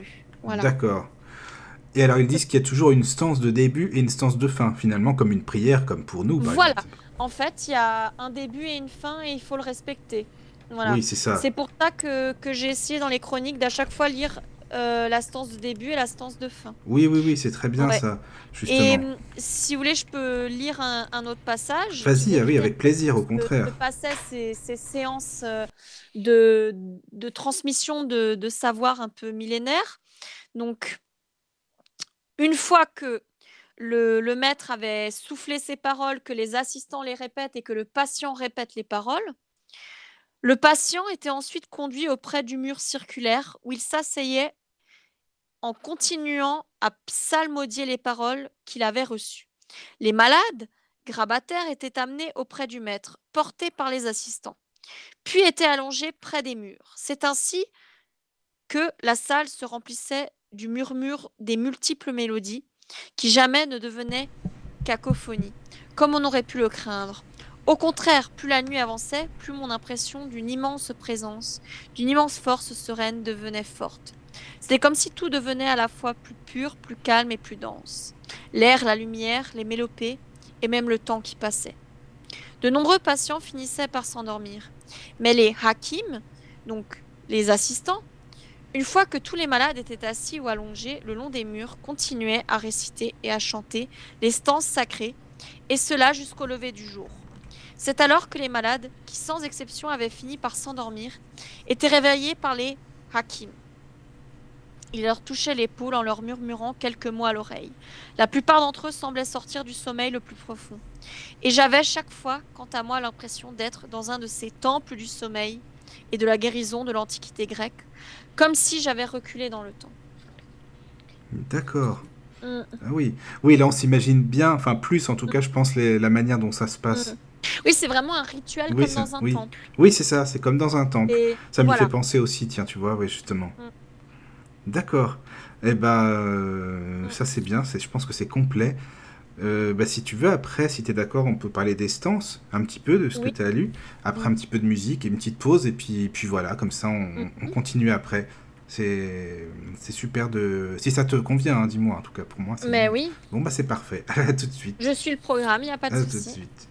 C: Voilà.
B: D'accord. Et alors, ils disent qu'il y a toujours une stance de début et une stance de fin, finalement, comme une prière, comme pour nous, par
C: Voilà.
B: exemple.
C: En fait, il y a un début et une fin et il faut le respecter. Voilà.
B: Oui, c'est ça.
C: C'est pour ça que, que j'ai essayé dans les chroniques d'à chaque fois lire euh, la stance de début et la stance de fin.
B: Oui, oui, oui, c'est très bien
C: Ouais.
B: ça, justement.
C: Et hum, si vous voulez, je peux lire un, un autre passage qui
B: Vas-y, ah oui,
C: décrit
B: avec plaisir, au
C: ce que,
B: contraire.
C: que passaient ces, ces séances euh, de, de transmission de, de savoir un peu millénaire. Donc, une fois que le, le maître avait soufflé ses paroles, que les assistants les répètent et que le patient répète les paroles, le patient était ensuite conduit auprès du mur circulaire où il s'asseyait en continuant à psalmodier les paroles qu'il avait reçues. Les malades, grabataires, étaient amenés auprès du maître, portés par les assistants, puis étaient allongés près des murs. C'est ainsi que la salle se remplissait du murmure des multiples mélodies qui jamais ne devenaient cacophonie, comme on aurait pu le craindre. Au contraire, plus la nuit avançait, plus mon impression d'une immense présence, d'une immense force sereine devenait forte. C'était comme si tout devenait à la fois plus pur, plus calme et plus dense. L'air, la lumière, les mélopées et même le temps qui passait. De nombreux patients finissaient par s'endormir. Mais les hakims, donc les assistants, une fois que tous les malades étaient assis ou allongés le long des murs, continuaient à réciter et à chanter les stances sacrées, et cela jusqu'au lever du jour. C'est alors que les malades, qui sans exception avaient fini par s'endormir, étaient réveillés par les hakims. Ils leur touchaient l'épaule en leur murmurant quelques mots à l'oreille. La plupart d'entre eux semblaient sortir du sommeil le plus profond. Et j'avais chaque fois, quant à moi, l'impression d'être dans un de ces temples du sommeil et de la guérison de l'Antiquité grecque, comme si j'avais reculé dans le temps.
B: D'accord.
C: Mm.
B: Ah oui. Oui, là, on s'imagine bien, enfin, plus en tout cas, je pense, les- la manière dont ça se passe.
C: Mm. Oui, c'est vraiment un rituel
B: Oui,
C: comme
B: ça-
C: dans un
B: oui.
C: temple.
B: Oui, c'est ça, c'est comme dans un temple.
C: Et
B: Ça me
C: voilà.
B: fait penser aussi, tiens, tu vois, oui, justement.
C: Mm.
B: D'accord. Eh ben, euh,
C: Mm.
B: ça c'est bien, c'est, je pense que c'est complet. Euh, bah, si tu veux, après, si tu es d'accord, on peut parler des stances, un petit peu de ce que
C: Oui.
B: tu as lu. Après,
C: Mm.
B: un petit peu de musique et une petite pause, et puis, puis voilà, comme ça, on,
C: Mhm.
B: on continue après. C'est, c'est super de... Si ça te convient, hein, dis-moi, en tout cas, pour moi, c'est
C: Mais
B: bon.
C: oui,
B: Bon, bah c'est parfait. À tout de suite.
C: je suis le programme, il n'y a pas
B: À
C: de
B: tout de
C: souci.
B: suite.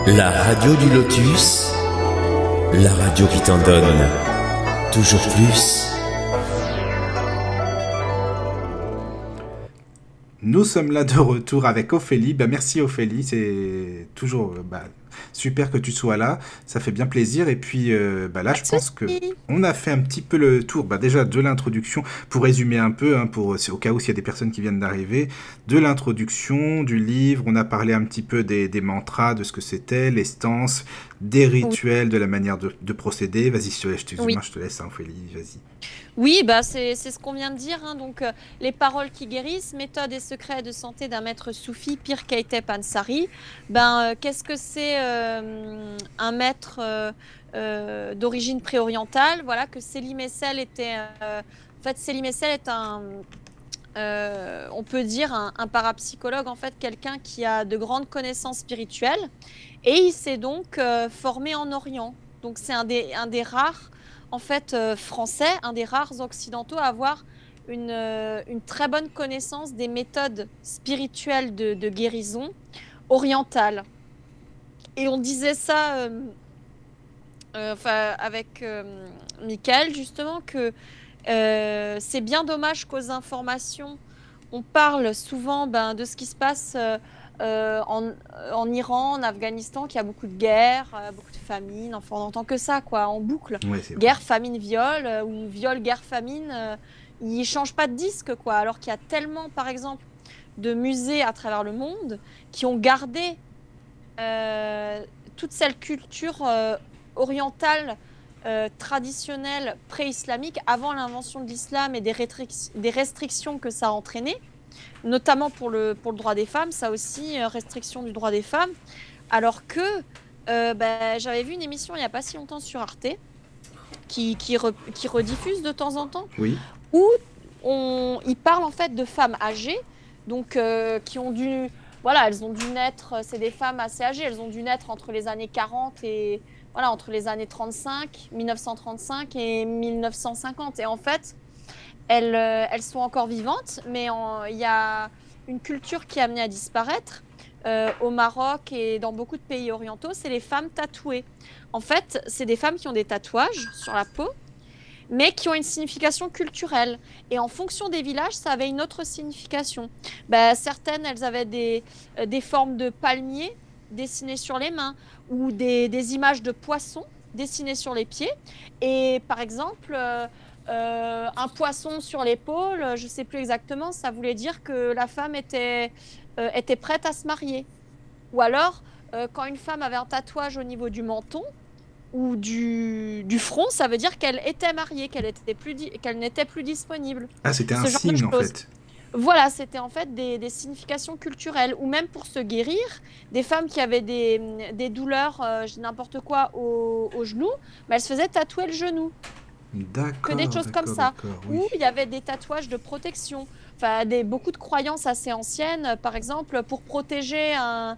A: La radio du Lotus, la radio qui t'en donne toujours plus.
B: Nous sommes là de retour avec Ophélie. Bah, merci Ophélie, c'est toujours bah, super que tu sois là. Ça fait bien plaisir. Et puis euh, bah, là, je pense que on a fait un petit peu le tour bah, déjà de l'introduction. Pour résumer un peu, hein, pour, au cas où s'il y a des personnes qui viennent d'arriver, de l'introduction, du livre. On a parlé un petit peu des, des mantras, de ce que c'était, les stances, des rituels, oui. de la manière de, de procéder. Vas-y, je te laisse, je te, oui. je te laisse hein, Ophélie, vas-y.
C: Oui, bah c'est, c'est ce qu'on vient de dire. Hein. Donc, euh, les paroles qui guérissent, méthode et secrets de santé d'un maître soufi, Pir Keïtep Ansari. Ben, euh, qu'est-ce que c'est euh, un maître euh, euh, d'origine pré-orientale? Voilà, que Selim Essel était. Euh, en fait, Selim Essel est un. Euh, on peut dire un, un parapsychologue, en fait, quelqu'un qui a de grandes connaissances spirituelles. Et il s'est donc euh, formé en Orient. Donc, c'est un des, un des rares. En fait, euh, français, un des rares occidentaux à avoir une, euh, une très bonne connaissance des méthodes spirituelles de, de guérison orientales. Et on disait ça euh, euh, avec euh, Michael, justement, que euh, c'est bien dommage qu'aux informations, on parle souvent ben, de ce qui se passe euh, euh, en, en Iran, en Afghanistan, qu'il y a beaucoup de guerres, euh, beaucoup de famine, enfin on n'entend que ça quoi, en boucle.
B: Ouais,
C: guerre, famine, viol, euh, ou viol, guerre, famine, euh, ils ne changent pas de disque quoi, alors qu'il y a tellement par exemple de musées à travers le monde qui ont gardé euh, toute cette culture euh, orientale euh, traditionnelle pré-islamique avant l'invention de l'islam et des, rétric- des restrictions que ça a entraîné, notamment pour le, pour le droit des femmes, ça aussi, euh, restriction du droit des femmes, alors que Euh, bah, j'avais vu une émission il n'y a pas si longtemps sur Arte qui, qui, re, qui rediffuse de temps en temps
B: oui.
C: où on, ils parlent en fait de femmes âgées donc euh, qui ont dû voilà elles ont dû naître, c'est des femmes assez âgées, elles ont dû naître entre les années quarante et voilà entre les années trente-cinq, mille neuf cent trente-cinq et mille neuf cent cinquante et en fait elles, euh, elles sont encore vivantes mais il y a une culture qui est amenée à disparaître. Euh, au Maroc et dans beaucoup de pays orientaux, c'est les femmes tatouées. En fait, c'est des femmes qui ont des tatouages sur la peau, mais qui ont une signification culturelle. Et en fonction des villages, ça avait une autre signification. Ben, certaines, elles avaient des, euh, des formes de palmiers dessinées sur les mains ou des, des images de poissons dessinées sur les pieds. Et par exemple, euh, euh, un poisson sur l'épaule, je ne sais plus exactement, ça voulait dire que la femme était... Euh, était prête à se marier. Ou alors, euh, quand une femme avait un tatouage au niveau du menton ou du, du front, ça veut dire qu'elle était mariée, qu'elle, était plus di- qu'elle n'était plus disponible.
B: Ah, c'était
C: Ce
B: un
C: genre
B: signe, en fait.
C: Voilà, c'était en fait des, des significations culturelles. Ou même pour se guérir, des femmes qui avaient des, des douleurs, euh, n'importe quoi, au, au genou, mais elles se faisaient tatouer le genou.
B: D'accord,
C: que des choses comme ça.
B: Oui.
C: Ou il y avait des tatouages de protection. Enfin, des, beaucoup de croyances assez anciennes. Par exemple, pour protéger un,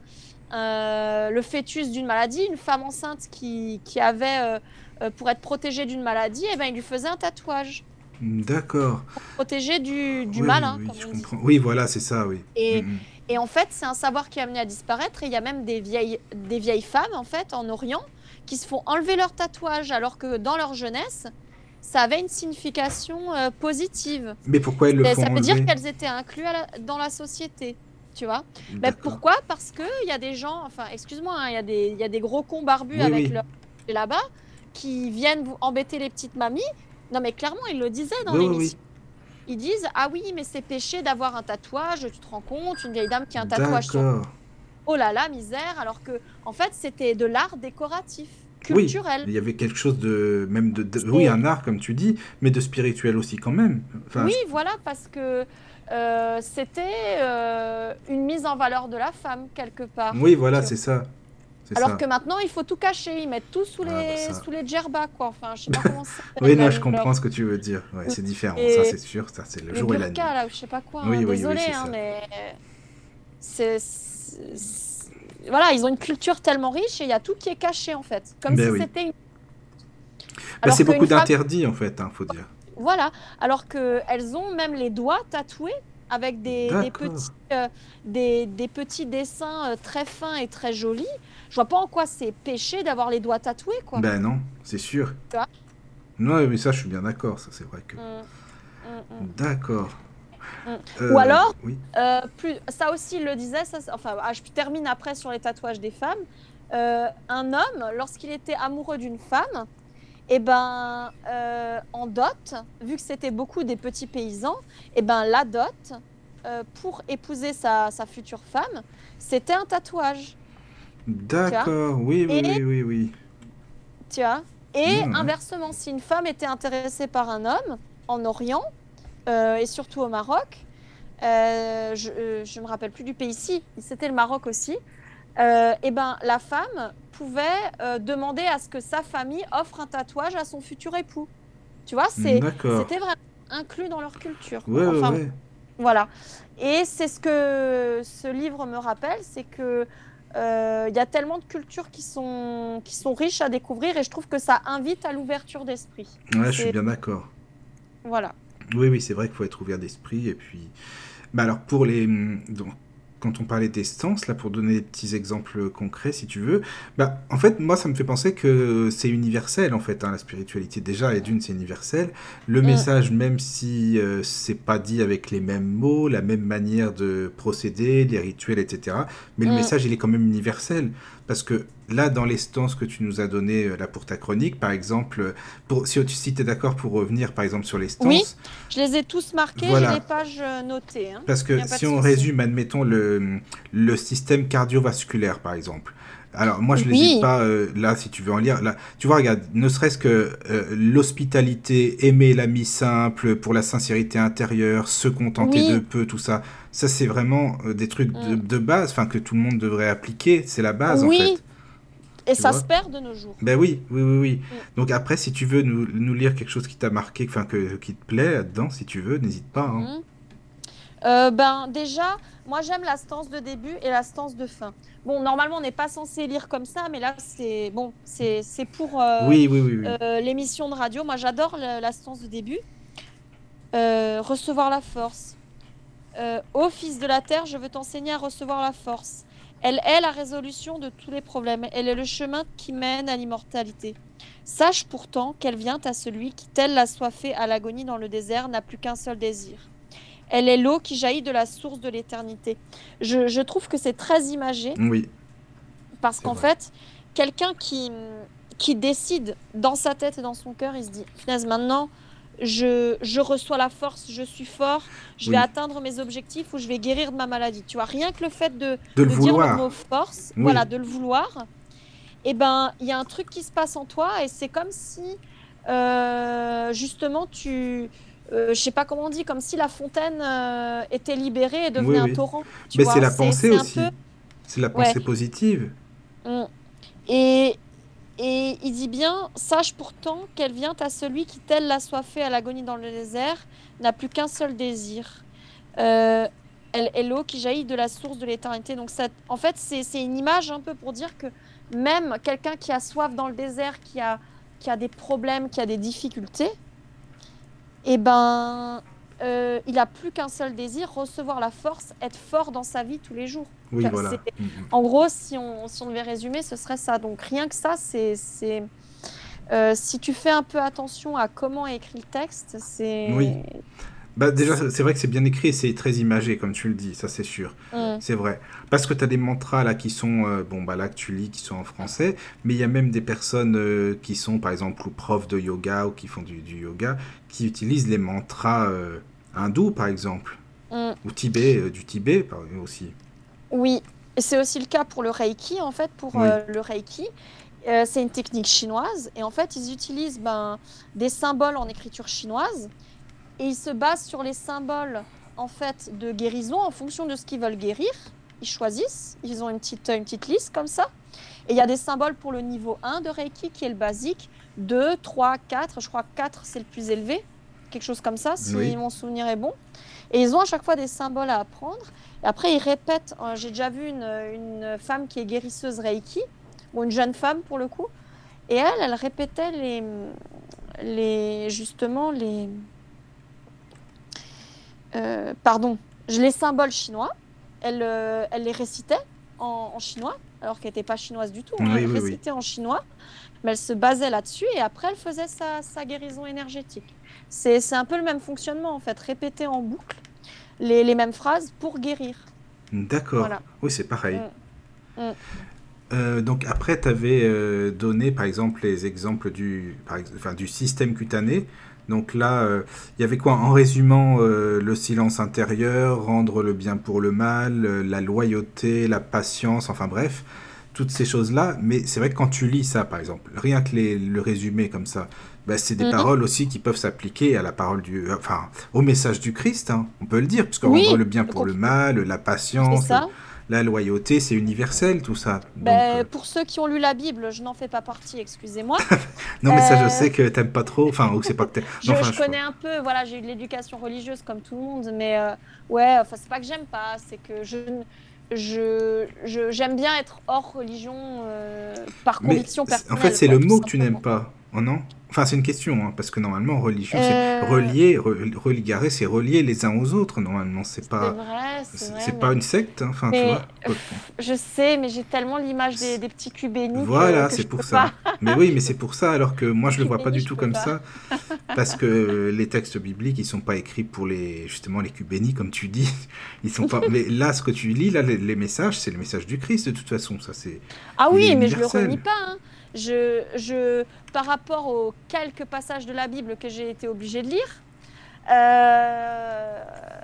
C: euh, le fœtus d'une maladie, une femme enceinte qui, qui avait, euh, pour être protégée d'une maladie, eh ben, il lui faisait un tatouage.
B: D'accord.
C: Pour protéger du, du
B: oui,
C: mal.
B: Oui,
C: hein,
B: oui, je comprends. Oui, voilà, c'est ça, oui.
C: Et,
B: mm-hmm.
C: et en fait, c'est un savoir qui est amené à disparaître. Et il y a même des vieilles, des vieilles femmes, en fait, en Orient, qui se font enlever leur tatouage, alors que dans leur jeunesse, ça avait une signification euh, positive.
B: Mais pourquoi elles le
C: ça,
B: font
C: ça veut
B: enlever
C: dire qu'elles étaient incluses à la, dans la société, tu vois. Mais pourquoi? Parce qu'il y a des gens, enfin, excuse-moi, il hein, y, y a des gros cons barbus oui, avec oui. leur là-bas qui viennent vous embêter les petites mamies. Non, mais clairement, ils le disaient dans oui, l'émission. Oui. Ils disent, ah oui, mais c'est péché d'avoir un tatouage, tu te rends compte, une vieille dame qui a un tatouage sur... Oh là là, misère, alors que, en fait, c'était de l'art décoratif. Culturel.
B: Oui, il y avait quelque chose de même de, de oui un art comme tu dis, mais de spirituel aussi quand même.
C: Enfin, oui, je... voilà parce que euh, c'était euh, une mise en valeur de la femme quelque part.
B: Oui, voilà, c'est ça.
C: C'est Alors ça. Que maintenant il faut tout cacher, ils mettent tout sous ah, les bah sous les djerbas quoi. Enfin, je sais pas comment ça.
B: oui, non, je comprends leur... ce que tu veux dire. Ouais, c'est différent, et ça c'est sûr, ça c'est le, le jour burka, et la nuit.
C: Là, je sais pas quoi.
B: Oui,
C: hein,
B: oui,
C: désolé,
B: oui,
C: hein, mais c'est, c'est... Voilà, ils ont une culture tellement riche et il y a tout qui est caché en fait, comme ben si oui. c'était une...
B: Ben c'est beaucoup d'interdits femme... en fait, hein, faut dire.
C: Voilà, alors qu'elles ont même les doigts tatoués avec des, des,
B: D'accord.
C: petits, euh, des, des petits dessins euh, très fins et très jolis. Je vois pas en quoi c'est péché d'avoir les doigts tatoués, quoi.
B: Ben non, c'est sûr.
C: Tu vois.
B: Non, mais ça, je suis bien d'accord, ça, c'est vrai que...
C: Mm, mm, mm,
B: D'accord.
C: mm.
B: Euh,
C: Ou alors,
B: oui.
C: euh, plus, ça aussi, il le disait, ça, c'est- enfin, ah, je termine après sur les tatouages des femmes. Euh, un homme, lorsqu'il était amoureux d'une femme, et ben, euh, en dot, vu que c'était beaucoup des petits paysans, et ben, la dot, euh, pour épouser sa, sa future femme, c'était un tatouage, tu vois.
B: D'accord, oui, oui,
C: Et,
B: oui, oui, oui.
C: tu vois. Et
B: Non, ouais.
C: inversement, si une femme était intéressée par un homme en Orient, euh, et surtout au Maroc, euh, je ne me rappelle plus du pays ici, c'était le Maroc aussi, euh, et ben, la femme pouvait euh, demander à ce que sa famille offre un tatouage à son futur époux. Tu vois, c'est,
B: D'accord.
C: c'était vraiment inclus dans leur culture,
B: Ouais,
C: quoi.
B: ouais,
C: Enfin,
B: ouais.
C: voilà. Et c'est ce que ce livre me rappelle, c'est que euh, il y a tellement de cultures qui sont, qui sont riches à découvrir et je trouve que ça invite à l'ouverture d'esprit.
B: Ouais, je suis
C: C'est,
B: bien d'accord.
C: voilà.
B: Oui, oui, c'est vrai qu'il faut être ouvert d'esprit. Et puis, bah alors pour les, donc, quand on parlait d'essence, là, pour donner des petits exemples concrets, si tu veux, bah en fait, moi, ça me fait penser que c'est universel, en fait, hein, la spiritualité. Déjà, et d'une, c'est universel. Le
C: Mm,
B: message, même si euh, c'est pas dit avec les mêmes mots, la même manière de procéder, les rituels, et cetera, mais le
C: mm.
B: message, il est quand même universel. Parce que là, dans les stances que tu nous as données euh, là pour ta chronique, par exemple, pour, si, si tu es d'accord pour revenir, par exemple, sur les
C: Oui,
B: stances,
C: je les ai tous marqués, j'ai les
B: voilà.
C: pages euh, notées, hein.
B: Parce
C: Il n'y
B: que
C: a pas de
B: si on
C: souci.
B: résume, admettons, le, le système cardiovasculaire, par exemple. Alors, moi, je n'hésite
C: Oui,
B: pas, euh, là, si tu veux en lire. Là, tu vois, regarde, ne serait-ce que euh, l'hospitalité, aimer l'ami simple, pour la sincérité intérieure, se contenter de
C: oui.
B: peu, tout ça. Ça, c'est vraiment euh, des trucs de,
C: Mm.
B: de base, enfin, que tout le monde devrait appliquer. C'est la base, en
C: Oui,
B: fait.
C: et
B: Tu
C: ça se
B: vois?
C: perd de nos jours.
B: Ben oui, oui, oui, oui.
C: Mm,
B: Donc après, si tu veux nous, nous lire quelque chose qui t'a marqué, enfin, que, qui te plaît là-dedans, si tu veux, n'hésite pas, hein.
C: mhm. Euh, ben déjà, moi j'aime la stance de début et la stance de fin. Bon, normalement on n'est pas censé lire comme ça, mais là c'est bon, c'est c'est pour euh,
B: Oui, oui, oui, oui.
C: euh, l'émission de radio. Moi j'adore la, la stance de début. Euh, recevoir la force. Euh, Ô fils de la terre, je veux t'enseigner à recevoir la force. Elle est la résolution de tous les problèmes. Elle est le chemin qui mène à l'immortalité. Sache pourtant qu'elle vient à celui qui, tel l'assoiffé à l'agonie dans le désert, n'a plus qu'un seul désir. Elle est l'eau qui jaillit de la source de l'éternité. Je, je trouve que c'est très imagé
B: Oui,
C: parce
B: c'est
C: qu'en
B: vrai.
C: fait, quelqu'un qui, qui décide dans sa tête et dans son cœur, il se dit, finalement, maintenant, je, je reçois la force, je suis fort, je vais
B: Oui.
C: atteindre mes objectifs ou je vais guérir de ma maladie. Tu vois, rien que le fait de,
B: De le
C: de dire le
B: vouloir.
C: mot force,
B: Oui.
C: voilà, de le vouloir, eh ben, il y a un truc qui se passe en toi et c'est comme si, euh, justement, tu, euh, je sais pas comment on dit, comme si la fontaine euh, était libérée et
B: Oui,
C: devenait un
B: oui.
C: torrent. Tu
B: Mais c'est
C: vois,
B: la
C: c'est,
B: pensée
C: c'est un peu,
B: aussi. C'est la
C: ouais.
B: pensée positive.
C: Mm. Et, et il dit bien, sache pourtant qu'elle vient à celui qui, tel l'assoiffé à l'agonie dans le désert, n'a plus qu'un seul désir. Euh, elle est l'eau qui jaillit de la source de l'éternité. Donc, ça, en fait, c'est, c'est une image un peu pour dire que même quelqu'un qui a soif dans le désert, qui a, qui a des problèmes, qui a des difficultés, eh ben, euh, il n'a plus qu'un seul désir, recevoir la force, être fort dans sa vie tous les jours.
B: Oui,
C: Tu vois, c'est-
B: voilà. Mm, mm.
C: En gros, si on, si on devait résumer, ce serait ça. Donc rien que ça, c'est, c'est, euh, si tu fais un peu attention à comment est écrit le texte,
B: Oui.
C: c'est...
B: Bah déjà,
C: c'est-
B: c'est vrai que c'est bien écrit et c'est très imagé, comme tu le dis, ça c'est sûr.
C: Hum,
B: C'est vrai. Parce que tu as des mantras là qui sont, euh, bon bah là que tu lis, qui sont en français, mais il y a même des personnes euh, qui sont par exemple ou profs de yoga ou qui font du, du yoga, qui utilisent les mantras euh, hindous par exemple,
C: hum.
B: ou Tibet, euh, du Tibet par- aussi.
C: Oui, et c'est aussi le cas pour le Reiki. En fait, pour
B: Oui,
C: euh, le Reiki, euh, c'est une technique chinoise. Et en fait, ils utilisent ben, des symboles en écriture chinoise. Et ils se basent sur les symboles en fait de guérison en fonction de ce qu'ils veulent guérir. Ils choisissent, ils ont une petite, une petite liste comme ça. Et il y a des symboles pour le niveau un de Reiki qui est le basique, deux, trois, quatre, je crois que quatre c'est le plus élevé, quelque chose comme ça si
B: oui,
C: mon souvenir est bon. Et ils ont à chaque fois des symboles à apprendre. Et après ils répètent, euh, j'ai déjà vu une, une femme qui est guérisseuse Reiki, ou une jeune femme pour le coup, et elle, elle répétait les, les justement les... Euh, pardon, Je les symboles chinois, elle, euh, elle les récitait en, en chinois, alors qu'elle n'était pas chinoise du tout. Hein.
B: Oui,
C: Elle
B: oui, oui.
C: récitait en chinois, mais elle se basait là-dessus et après elle faisait sa, sa guérison énergétique. C'est, c'est un peu le même fonctionnement en fait, répéter en boucle les, les mêmes phrases pour guérir.
B: D'accord.
C: Voilà.
B: Oui, c'est pareil.
C: Mm. Mm.
B: Euh, donc après, tu avais euh, donné par exemple les exemples du, par ex- enfin, du système cutané. Donc là, euh, il y avait quoi en résumant euh, le silence intérieur, rendre le bien pour le mal, euh, la loyauté, la patience, enfin bref, toutes ces choses-là. Mais c'est vrai que quand tu lis ça, par exemple, rien que les- le résumé comme ça, bah, c'est des
C: Mhm.
B: paroles aussi qui peuvent s'appliquer à la parole du, euh, enfin, au message du Christ, hein, on peut le dire, puisque rendre
C: Oui,
B: le bien pour le
C: complètement.
B: mal, la
C: C'est
B: patience,
C: ça.
B: la loyauté, c'est universel tout ça. Donc euh,
C: Ben, pour ceux qui ont lu la Bible, je n'en fais pas partie, excusez-moi.
B: non, mais ça, je
C: Euh,
B: sais que t'aimes pas trop. Enfin, ou c'est pas que t'aimes. Non,
C: je,
B: enfin,
C: je
B: je.
C: connais un peu, voilà, j'ai eu de l'éducation religieuse comme tout le monde, mais euh, ouais, enfin, c'est pas que j'aime pas, c'est que je, je, je- j'aime bien être hors religion euh, par
B: Mais
C: conviction
B: c'est- en fait,
C: personnelle,
B: c'est
C: quoi,
B: le
C: tout
B: mot que tu n'aimes
C: simplement.
B: pas. Oh non? Enfin, c'est une question, hein, parce que normalement, religion, c'est
C: Euh,
B: relier, re- religarer, c'est relier les uns aux autres. Normalement, c'est
C: c'est
B: pas,
C: vrai, c'est
B: c'est
C: vrai,
B: c'est pas
C: mais,
B: une secte, hein, enfin, tu
C: mais
B: vois. Quoique.
C: pff, je sais, mais j'ai tellement l'image des, des petits cubes bénis que,
B: Voilà,
C: que
B: c'est
C: je
B: pour
C: peux pas.
B: ça. Mais oui, mais c'est pour ça, alors que moi,
C: Les
B: je le
C: cubes
B: vois pas
C: bénis,
B: du
C: je
B: tout
C: peux
B: comme
C: pas.
B: ça, parce que les textes bibliques, ils sont pas écrits pour les, justement, les culs bénis, comme tu dis. Ils sont pas. Mais là, ce que tu lis, là, les, les messages, c'est le message du Christ, de toute façon. Ça, c'est,
C: Ah
B: il est
C: oui, mais je le renie
B: universel.
C: pas, hein. Je, je, par rapport aux quelques passages de la Bible que j'ai été obligée de lire, euh,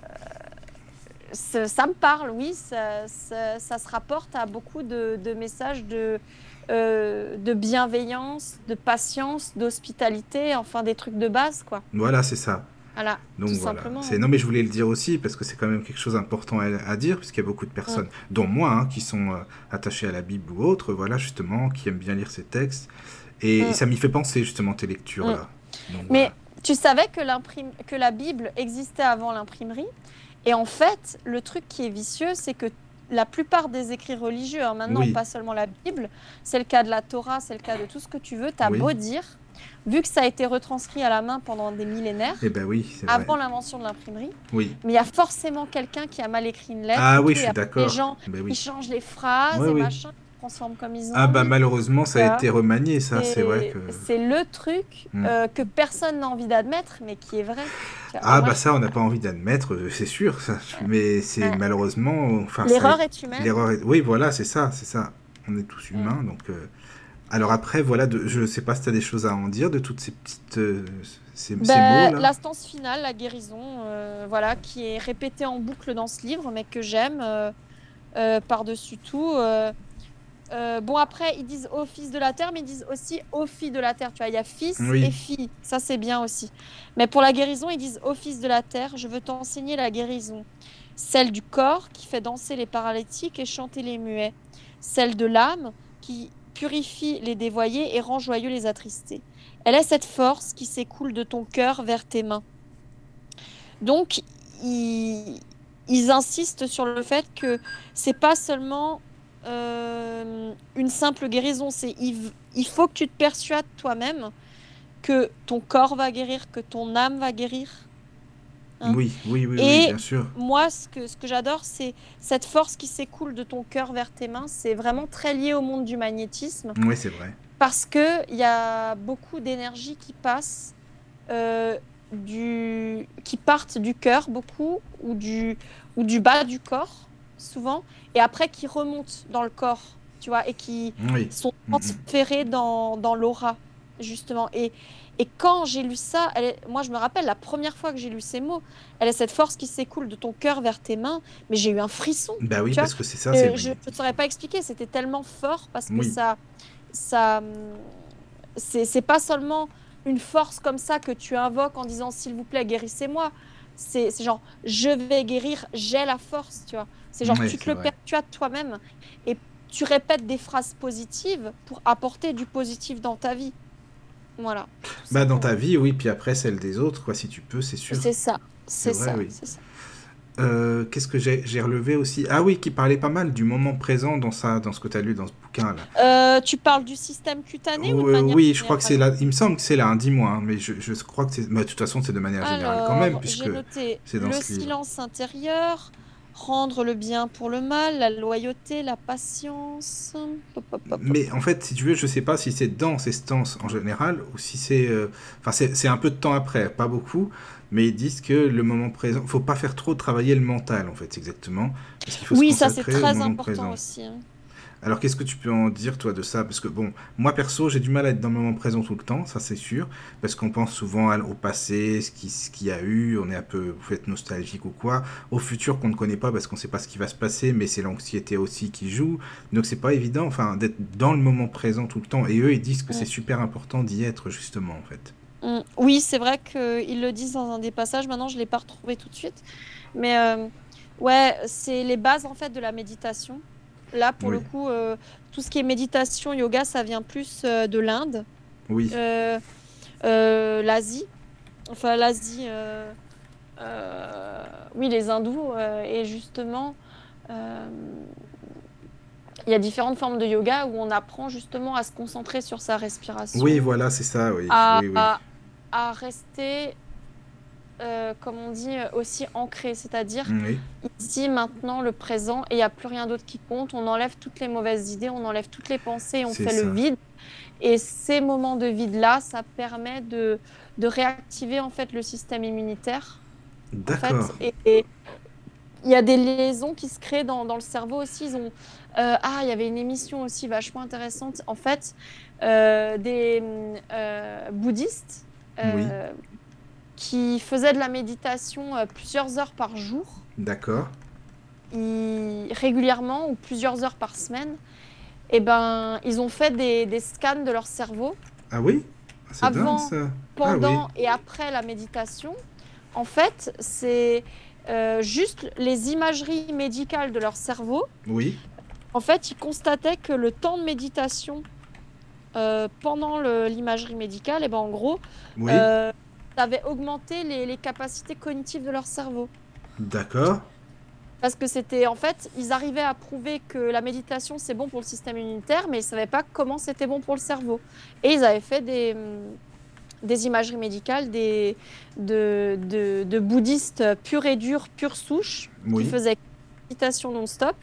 C: ça, ça me parle, oui, ça, ça- ça se rapporte à beaucoup de, de messages de, euh, de bienveillance, de patience, d'hospitalité, enfin des trucs de base, quoi.
B: Voilà, c'est ça.
C: Voilà, tout
B: Donc voilà. C'est
C: simplement.
B: non mais je voulais le dire aussi parce que c'est quand même quelque chose d'important à, à dire puisqu'il y a beaucoup de
C: Mm,
B: personnes, dont moi, hein, qui sont euh, attachées à la Bible ou autre, voilà justement, qui aiment bien lire ces textes et, et
C: mm,
B: ça m'y fait penser justement tes lectures
C: mm.
B: là. Donc voilà.
C: Mais tu savais que l'imprime, que la Bible existait avant l'imprimerie? Et en fait, le truc qui est vicieux, c'est que la plupart des écrits religieux, hein, maintenant,
B: Oui,
C: pas seulement la Bible, c'est le cas de la Torah, c'est le cas de tout ce que tu veux, t'as
B: oui.
C: beau dire, vu que ça a été retranscrit à la main pendant des
B: Eh
C: millénaires,
B: ben oui, c'est vrai.
C: avant l'invention de l'imprimerie,
B: Oui.
C: mais il y a forcément quelqu'un qui a mal écrit une lettre
B: Ah
C: et
B: oui, je
C: tout, et
B: suis
C: après, les
B: d'accord.
C: gens,
B: Ben
C: ils
B: oui.
C: changent les phrases
B: Oui,
C: et
B: oui.
C: machin, ils transforment comme ils ont
B: Ah bah
C: envie.
B: malheureusement ça
C: Tu
B: a
C: vois.
B: été remanié ça, c'est vrai
C: C'est
B: que.
C: c'est le truc
B: Hmm.
C: euh, que personne n'a envie d'admettre, mais qui est vrai. Tu vois. Et
B: Ah
C: moi,
B: bah
C: je...
B: ça on n'a pas envie d'admettre, euh, c'est sûr, ça. Mais c'est
C: Ouais.
B: malheureusement, enfin ça, a
C: L'erreur
B: été-
C: est humaine.
B: l'erreur est. Oui voilà, c'est ça, c'est ça. On est tous
C: Mm,
B: humains donc. euh, Alors
C: mm.
B: après, voilà, de, je sais pas si tu as des choses à en dire de toutes ces petites, euh, ces, ces
C: Ben,
B: mots-là.
C: la stance finale, la guérison, euh, voilà, qui est répétée en boucle dans ce livre, mais que j'aime euh, euh, par-dessus tout. euh. Euh, bon, après, ils disent ô fils de la terre, mais ils disent aussi ô fille de la terre. Tu vois, il y a fils et
B: Oui,
C: fille. Ça, c'est bien aussi. Mais pour la guérison, ils disent ô fils de la terre, je veux t'enseigner la guérison. Celle du corps qui fait danser les paralytiques et chanter les muets. Celle de l'âme qui purifie les dévoyés et rend joyeux les attristés. Elle est cette force qui s'écoule de ton cœur vers tes mains. Donc, ils, ils insistent sur le fait que c'est pas seulement euh, une simple guérison, c'est il, il faut que tu te persuades toi-même que ton corps va guérir, que ton âme va guérir. Hein.
B: oui, oui, oui, oui,
C: Et
B: bien sûr.
C: moi, ce que, ce que j'adore, c'est cette force qui s'écoule de ton cœur vers tes mains. C'est vraiment très lié au monde du magnétisme
B: Oui, c'est vrai.
C: parce qu'il y a beaucoup d'énergie qui passe euh, du, qui partent du cœur beaucoup ou du, ou du bas du corps souvent et après qui remontent dans le corps, tu vois, et qui
B: Oui.
C: sont
B: Mm, mm.
C: transférés dans, dans l'aura justement. Et, et quand j'ai lu ça, elle est- moi je me rappelle la première fois que j'ai lu ces mots, elle est cette force qui s'écoule de ton cœur vers tes mains, mais j'ai eu un frisson,
B: Bah oui,
C: tu vois.
B: parce que c'est ça, c'est le
C: Euh, je ne
B: magnétisme.
C: saurais pas expliquer, c'était tellement fort parce que
B: Oui,
C: ça, ça, hum, c'est c'est pas seulement une force comme ça que tu invoques en disant s'il vous plaît guérissez-moi. C'est c'est genre je vais guérir, j'ai la force, tu vois. C'est genre
B: oui,
C: tu te
B: c'est
C: le
B: vrai.
C: persuades toi-même et tu répètes des phrases positives pour apporter du positif dans ta vie. Voilà, tout
B: Bah dans
C: simplement.
B: ta vie, oui, puis après celle des autres, quoi, si tu peux, c'est sûr.
C: C'est ça,
B: C'est
C: c'est
B: vrai,
C: ça,
B: oui.
C: c'est ça.
B: Euh, qu'est-ce que j'ai j'ai relevé aussi? Ah oui, qui parlait pas mal du moment présent dans ça, dans ce que tu as lu dans ce bouquin-là.
C: Euh, tu parles du système cutané ou de
B: Euh,
C: manière
B: oui, je crois que c'est
C: générale?
B: là. Il me semble que c'est là, hein, dis-moi, hein, mais je, je crois que c'est. Mais de toute façon, c'est de manière générale quand même,
C: Alors,
B: puisque
C: j'ai noté
B: c'est dans
C: le
B: ce livre.
C: silence intérieur, rendre le bien pour le mal, la loyauté, la patience. Pop, pop, pop, pop.
B: Mais en fait, si tu veux, je sais pas si c'est dans ces stances en général ou si c'est. euh, Enfin, c'est c'est un peu de temps après, pas beaucoup, mais ils disent que le moment présent. Faut pas faire trop travailler le mental, en fait, exactement, parce qu'il faut se
C: Oui, ça c'est
B: consacrer au
C: très
B: moment
C: important
B: présent.
C: aussi, hein.
B: Alors, qu'est-ce que tu peux en dire, toi, de ça? Parce que, bon, moi, perso, j'ai du mal à être dans le moment présent tout le temps, ça, c'est sûr. Parce qu'on pense souvent à- au passé, ce qui, ce qu'il y a eu, on est un peu, vous faites nostalgique ou quoi. Au futur qu'on ne connaît pas parce qu'on ne sait pas ce qui va se passer, mais c'est l'anxiété aussi qui joue. Donc, c'est pas évident, enfin, d'être dans le moment présent tout le temps. Et eux, ils disent que c'est
C: Mm.
B: super important d'y être, justement, en fait.
C: Mm. Oui, c'est vrai qu'ils le disent dans un des passages. Maintenant, je ne l'ai pas retrouvé tout de suite. Mais euh, ouais, c'est les bases en fait de la méditation. Là, pour le
B: Oui,
C: coup, euh, tout ce qui est méditation, yoga, ça vient plus euh, de l'Inde,
B: oui,
C: euh, euh, l'Asie. Enfin, l'Asie, euh, euh, oui, les hindous. Euh, et justement, euh, il y a différentes formes de yoga où on apprend justement à se concentrer sur sa
B: oui,
C: respiration,
B: voilà, c'est ça, oui,
C: à,
B: oui, oui.
C: à, à rester euh, comme on dit, euh, aussi ancré. C'est-à-dire,
B: Oui,
C: ici, maintenant, le présent, et il n'y a plus rien d'autre qui compte. On enlève toutes les mauvaises idées, on enlève toutes les pensées, on
B: c'est
C: fait le
B: ça.
C: vide. Et ces moments de vide-là, ça permet de, de réactiver, en fait, le système immunitaire, en
B: D'accord.
C: fait. Et et il y a des liaisons qui se créent dans, dans le cerveau aussi. Ils ont, euh, ah, il y avait une émission aussi vachement intéressante. En fait, euh, des euh, bouddhistes
B: Oui,
C: euh, qui faisaient de la méditation euh, plusieurs heures par jour,
B: d'accord.
C: ils- régulièrement ou plusieurs heures par semaine, et ben, ils ont fait des, des scans de leur cerveau
B: Ah oui? Ah, c'est dingue,
C: avant,
B: ça. Ah oui,
C: pendant et après la méditation. En fait, c'est euh, juste les imageries médicales de leur cerveau.
B: oui,
C: En fait, ils constataient que le temps de méditation euh, pendant le- l'imagerie médicale, et ben, en gros,
B: oui,
C: euh, ça avait augmenté les les capacités cognitives de leur cerveau.
B: d'accord.
C: Parce que c'était, en fait, ils arrivaient à prouver que la méditation, c'est bon pour le système immunitaire, mais ils ne savaient pas comment c'était bon pour le cerveau. Et ils avaient fait des, hum, des imageries médicales des, de, de, de bouddhistes purs et durs, pure souche, qui
B: Oui.
C: faisaient méditation non-stop.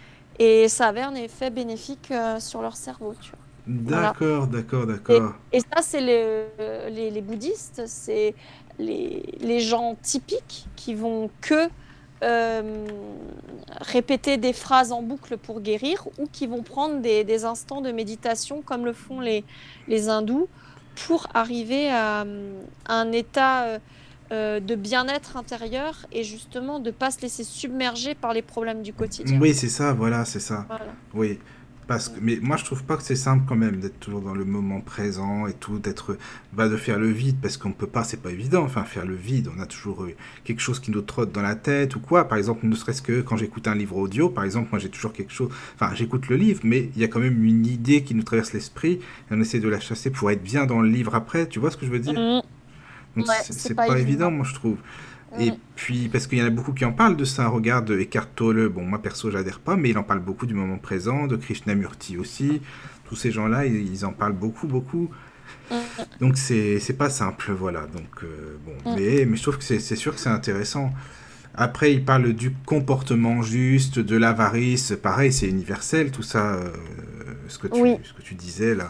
C: Et ça avait un effet bénéfique euh, sur leur cerveau, tu vois. Voilà.
B: D'accord, d'accord,
C: Et,
B: d'accord.
C: et ça, c'est les, les, les bouddhistes, c'est les, les gens typiques qui vont que euh, répéter des phrases en boucle pour guérir ou qui vont prendre des, des instants de méditation comme le font les, les hindous pour arriver à, à un état euh, euh, de bien-être intérieur et justement de ne pas se laisser submerger par les problèmes du quotidien.
B: Oui, c'est ça, voilà, c'est ça.
C: Voilà.
B: Oui. Parce que, mais moi, je trouve pas que c'est simple quand même d'être toujours dans le moment présent et tout, d'être, bah, de faire le vide, parce qu'on peut pas, c'est pas évident, enfin, faire le vide. On a toujours euh, quelque chose qui nous trotte dans la tête ou quoi. Par exemple, ne serait-ce que quand j'écoute un livre audio, par exemple, moi, j'ai toujours quelque chose, enfin, j'écoute le livre, mais il y a quand même une idée qui nous traverse l'esprit et on essaie de la chasser pour être bien dans le livre après. Tu vois ce que je veux dire?
C: Mmh.
B: Donc,
C: Ouais,
B: c'est
C: c'est
B: c'est
C: pas
B: pas évident,
C: évident.
B: moi, je trouve. Et
C: Mmh.
B: puis, parce qu'il y en a beaucoup qui en parlent de ça. Regarde Eckhart Tolle, bon, moi perso, j'adhère pas, mais il en parle beaucoup du moment présent, de Krishnamurti aussi. Tous ces gens-là, ils, ils en parlent beaucoup, beaucoup.
C: Mmh.
B: Donc, c'est c'est pas simple, voilà. Donc, euh, bon,
C: Mmh.
B: mais, mais je trouve que c'est c'est sûr que c'est intéressant. Après, il parle du comportement juste, de l'avarice. Pareil, c'est universel, tout ça, euh, ce que tu,
C: Oui.
B: ce que tu disais là.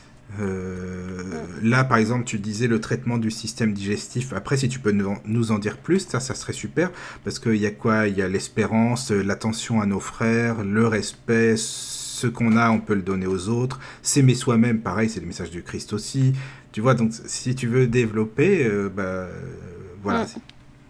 B: Euh,
C: Mmh.
B: là, par exemple, tu disais le traitement du système digestif. Après, si tu peux nous en, nous en dire plus, ça, ça serait super. Parce qu'il y a quoi? Il y a l'espérance, euh, l'attention à nos frères, le respect, ce qu'on a, on peut le donner aux autres. S'aimer soi-même, pareil, c'est le message du Christ aussi. Tu vois, donc si tu veux développer, euh, bah, euh, voilà.
C: Mmh.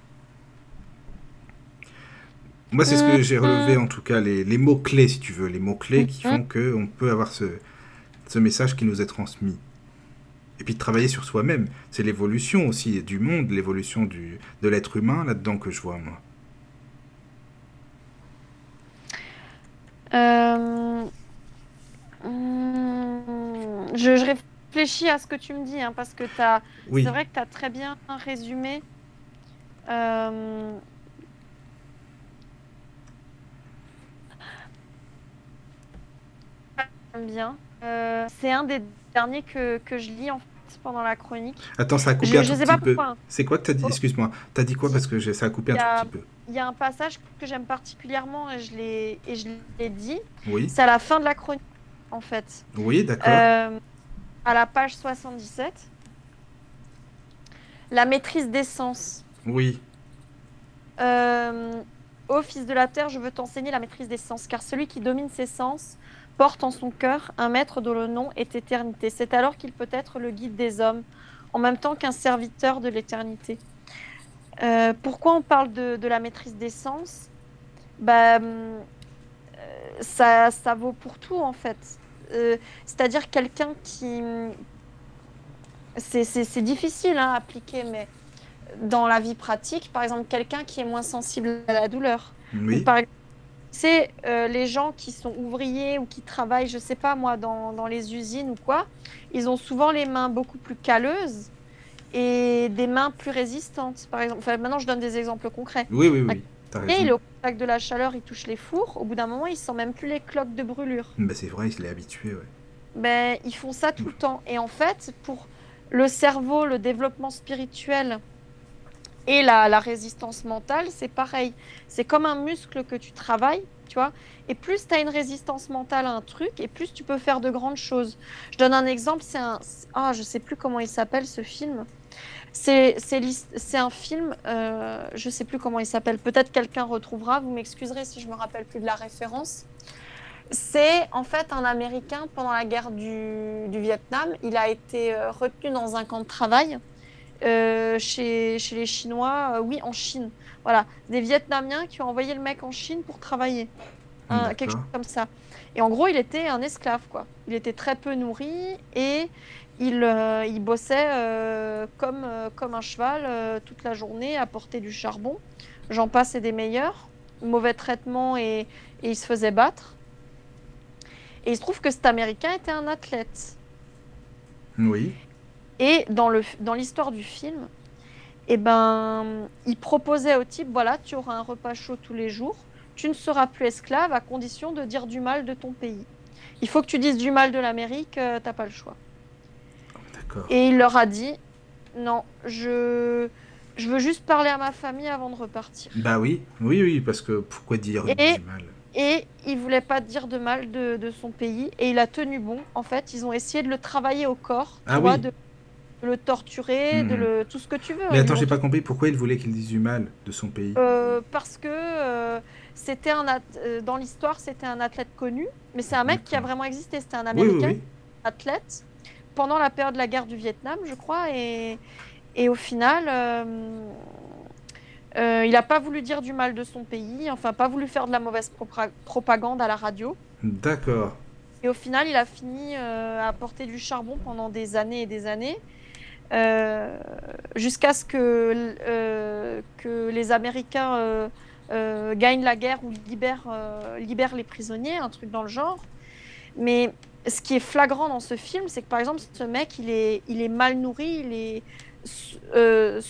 B: Moi, c'est ce
C: Mmh.
B: que j'ai relevé,
C: Mmh.
B: en tout cas, les, les mots-clés, si tu veux. Les mots-clés qui
C: Mmh.
B: font qu'on peut avoir ce, ce message qui nous est transmis. Et puis de travailler sur soi-même. C'est l'évolution aussi du monde, l'évolution du, de l'être humain là-dedans que je vois, moi.
C: Euh, hmm, Je, je réfléchis à ce que tu me dis, hein, parce que t'as, c'est
B: Oui,
C: vrai que tu as très bien résumé. Euh, j'aime bien. Euh, c'est un des derniers que, que je lis en fait pendant la chronique.
B: Attends, ça a coupé
C: Je,
B: un
C: je
B: tout
C: sais
B: petit
C: pas
B: peu.
C: pourquoi.
B: C'est quoi que t'as dit?
C: Oh,
B: Excuse-moi. T'as dit quoi?
C: si,
B: Parce que j'ai- ça a coupé un
C: il y
B: tout petit
C: a,
B: peu.
C: il y a un passage que j'aime particulièrement et je l'ai et je l'ai dit.
B: Oui.
C: C'est à la fin de la chronique en fait.
B: Oui, d'accord.
C: Euh, à la page soixante-dix-sept. La maîtrise des sens.
B: Oui.
C: Euh, Ô fils de la terre, je veux t'enseigner la maîtrise des sens, car celui qui domine ses sens porte en son cœur un maître dont le nom est éternité. C'est alors qu'il peut être le guide des hommes, en même temps qu'un serviteur de l'éternité. Euh, pourquoi on parle de, de la maîtrise des sens? Bah, hum, ça, ça vaut pour tout, en fait. Euh, c'est-à-dire quelqu'un qui... C'est c'est- c'est difficile hein, à appliquer, mais dans la vie pratique, par exemple, quelqu'un qui est moins sensible à la douleur. Ou
B: Oui.
C: par exemple, c'est euh, les gens qui sont ouvriers ou qui travaillent, je sais pas moi, dans, dans les usines ou quoi, ils ont souvent les mains beaucoup plus calleuses et des mains plus résistantes. Par exemple, enfin, maintenant je donne des exemples concrets.
B: Oui, oui,
C: Un
B: oui. T'as
C: cuisinier, il est
B: raison.
C: au contact de la chaleur, il touche les fours. Au bout d'un moment, il sent même plus les cloques de brûlure.
B: Bah, c'est vrai, il se l'est habitué, ouais.
C: Ben, ils font ça tout le temps. Et en fait, pour le cerveau, le développement spirituel et la, la résistance mentale, c'est pareil. C'est comme un muscle que tu travailles, tu vois. Et plus tu as une résistance mentale à un truc, et plus tu peux faire de grandes choses. Je donne un exemple, c'est un... Ah, je sais plus comment il s'appelle ce film. C'est c'est l'his- c'est un film, euh, je sais plus comment il s'appelle. Peut-être quelqu'un retrouvera, vous m'excuserez si je me rappelle plus de la référence. C'est en fait un Américain pendant la guerre du, du Vietnam. Il a été euh, retenu dans un camp de travail euh, chez, chez les Chinois, euh, oui, en Chine. Voilà, des Vietnamiens qui ont envoyé le mec en Chine pour travailler, hein, quelque chose
B: D'accord.
C: comme ça. Et en gros, il était un esclave, quoi. Il était très peu nourri et il, euh, il bossait euh, comme, euh, comme un cheval euh, toute la journée à porter du charbon. J'en passe et des meilleurs. Mauvais traitement et, et il se faisait battre. Et il se trouve que cet Américain était un athlète.
B: Oui.
C: Et dans le, dans l'histoire du film, eh ben, il proposait au type, voilà, tu auras un repas chaud tous les jours, tu ne seras plus esclave à condition de dire du mal de ton pays. Il faut que tu dises du mal de l'Amérique, euh, t'as pas le choix.
B: D'accord.
C: Et il leur a dit, non, je, je veux juste parler à ma famille avant de repartir.
B: Bah oui. Oui, oui, parce que pourquoi dire
C: Et,
B: du mal?
C: et il voulait pas dire de mal de, de son pays, et il a tenu bon. En fait, ils ont essayé de le travailler au corps, tu
B: Ah
C: vois,
B: oui.
C: de de le torturer, de
B: Mhm.
C: le tout ce que tu veux.
B: Mais
C: Ils lui
B: attends,
C: ont
B: j'ai
C: tout
B: pas compris pourquoi il voulait qu'il dise du mal de son pays.
C: Euh, parce que euh, c'était un at- euh, dans l'histoire, c'était un athlète connu, mais c'est un mec qui a
B: D'accord.
C: vraiment existé. C'était un
B: Oui, oui,
C: Américain
B: oui.
C: athlète pendant la période de la guerre du Vietnam, je crois, et, et au final, euh, euh, il n'a pas voulu dire du mal de son pays, enfin pas voulu faire de la mauvaise propra- propagande à la radio.
B: D'accord.
C: Et au final, il a fini euh, à porter du charbon pendant des années et des années. Euh, jusqu'à ce que, euh, que les Américains euh, euh, gagnent la guerre ou libèrent, euh, libèrent les prisonniers, un truc dans le genre. Mais ce qui est flagrant dans ce film, c'est que par exemple, ce mec, il est, il est mal nourri, il est euh,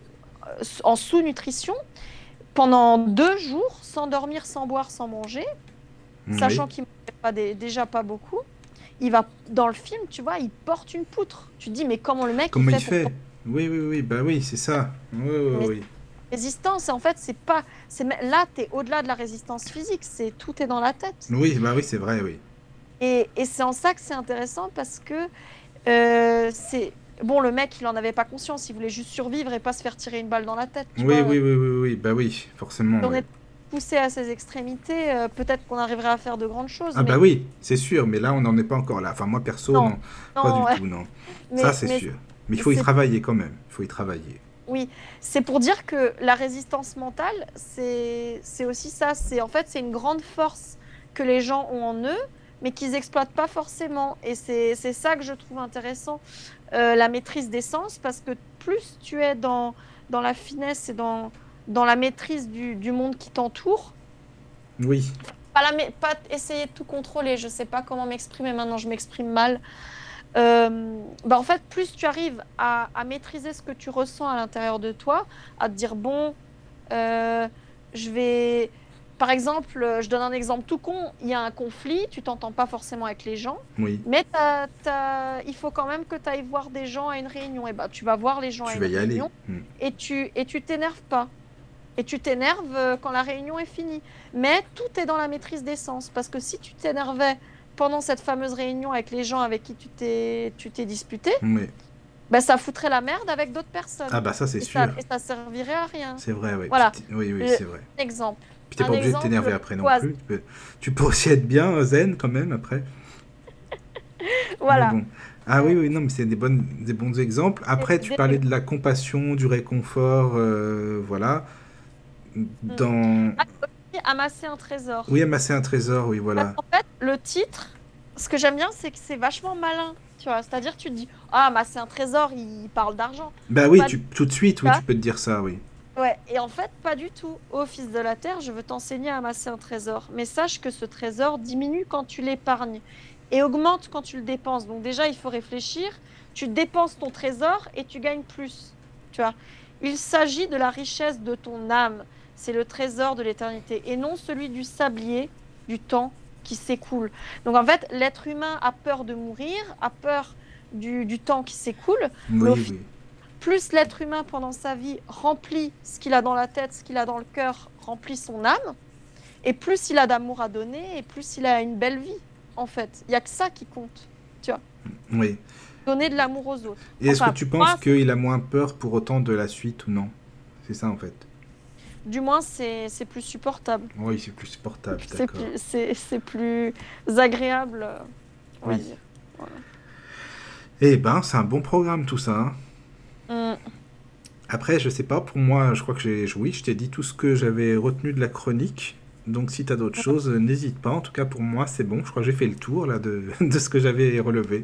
C: en sous-nutrition pendant deux jours, sans dormir, sans boire, sans manger,
B: Oui.
C: sachant qu'il ne mangeait pas des- déjà pas beaucoup. Il va dans le film, tu vois, il porte une poutre. Tu te dis, mais comment le mec il
B: Comment il
C: fait pour
B: fait? Oui, oui, oui. Bah oui, c'est ça. Oui, oui,
C: mais
B: oui.
C: résistance, et en fait, c'est pas. C'est, là, tu es au-delà de la résistance physique, c'est, tout est dans la tête.
B: Oui, bah oui, c'est vrai, oui.
C: Et, et c'est en ça que c'est intéressant parce que euh, c'est. Bon, le mec, il en avait pas conscience, il voulait juste survivre et pas se faire tirer une balle dans la tête, tu
B: Oui,
C: vois.
B: oui, oui, oui, oui. Bah oui, forcément,
C: Si on
B: oui.
C: est poussé à ces extrémités, euh, peut-être qu'on arriverait à faire de grandes choses,
B: Ah bah
C: mais
B: oui, c'est sûr, mais là, on n'en est pas encore là. Enfin, moi, perso,
C: non,
B: non. Pas
C: non,
B: du tout, non. Ça,
C: mais,
B: c'est
C: mais
B: sûr. Mais il faut y
C: c'est
B: travailler quand même. Il faut y travailler.
C: oui, c'est pour dire que la résistance mentale, c'est c'est aussi ça. C'est en fait c'est une grande force que les gens ont en eux, mais qu'ils exploitent pas forcément. Et c'est c'est ça que je trouve intéressant, euh, la maîtrise des sens, parce que plus tu es dans dans la finesse et dans dans la maîtrise du, du monde qui t'entoure,
B: Oui.
C: pas la ma- pas essayer de tout contrôler. Je sais pas comment m'exprimer maintenant, je m'exprime mal. Euh, bah en fait, plus tu arrives à, à maîtriser ce que tu ressens à l'intérieur de toi, à te dire, bon, euh, je vais, par exemple, euh, je donne un exemple tout con, il y a un conflit, tu t'entends pas forcément avec les gens,
B: Oui,
C: mais t'as- t'as- il faut quand même que tu ailles voir des gens à une réunion. Et bah, tu vas voir les gens à
B: tu
C: une
B: vas y aller.
C: réunion
B: Hmm.
C: et tu et tu t'énerves pas. Et tu t'énerves euh, quand la réunion est finie. Mais tout est dans la maîtrise des sens. Parce que si tu t'énervais pendant cette fameuse réunion avec les gens avec qui tu t'es tu t'es disputé,
B: Oui.
C: bah, ça foutrait la merde avec d'autres personnes.
B: Ah bah ça, c'est
C: Et
B: sûr.
C: ça, et ça servirait à rien.
B: C'est vrai, oui.
C: Voilà.
B: Oui, oui,
C: Le-
B: c'est vrai.
C: Un exemple.
B: Puis t'es
C: Un
B: pas obligé de
C: exemple
B: t'énerver après non
C: oise.
B: plus. Tu peux, tu peux aussi être bien zen quand même après. Mais
C: Voilà.
B: bon. Ah
C: Euh,
B: oui, oui, non, mais c'est des, bonnes, des bons exemples. Après, tu
C: des-
B: parlais de la compassion, du réconfort, euh, voilà.
C: Mm.
B: Dans...
C: Ah, aussi, amasser un trésor.
B: Oui, amasser un trésor, oui,
C: Parce
B: voilà.
C: qu'en fait, le titre, ce que j'aime bien, c'est que c'est vachement malin. Tu vois, c'est-à-dire, tu te dis, ah, amasser un trésor, il parle d'argent.
B: Bah oui,
C: Pas
B: tu,
C: du
B: tout de suite, oui,
C: tout.
B: tu peux te dire ça, oui.
C: Ouais, et en fait, pas du tout. Ô fils de la terre, je veux t'enseigner à amasser un trésor. Mais sache que ce trésor diminue quand tu l'épargnes et augmente quand tu le dépenses. Donc déjà, il faut réfléchir. Tu dépenses ton trésor et tu gagnes plus. Tu vois, il s'agit de la richesse de ton âme. C'est le trésor de l'éternité et non celui du sablier du temps qui s'écoule. Donc en fait, l'être humain a peur de mourir, a peur du, du temps qui s'écoule. Mais au
B: Oui,
C: fi-
B: oui.
C: plus l'être humain pendant sa vie remplit ce qu'il a dans la tête, ce qu'il a dans le cœur, remplit son âme, et plus il a d'amour à donner, et plus il a une belle vie, en fait. Il n'y a que ça qui compte, tu vois.
B: Oui.
C: Donner de l'amour aux autres.
B: Et est-ce
C: Enfin,
B: que tu
C: pour
B: penses
C: moi,
B: qu'il a moins peur pour autant de la suite ou non? C'est ça en fait.
C: du moins, c'est c'est plus supportable.
B: Oui, c'est plus supportable,
C: C'est
B: d'accord.
C: plus, c'est, c'est plus agréable, euh, on va
B: Oui.
C: dire. Voilà.
B: Eh ben, c'est un bon programme tout ça, hein.
C: Hum.
B: Après, je sais pas, pour moi, je crois que j'ai oui, je t'ai dit tout ce que j'avais retenu de la chronique. Donc si tu as d'autres choses, euh, n'hésite pas. En tout cas, pour moi, c'est bon. Je crois que j'ai fait le tour là de, de ce que j'avais relevé.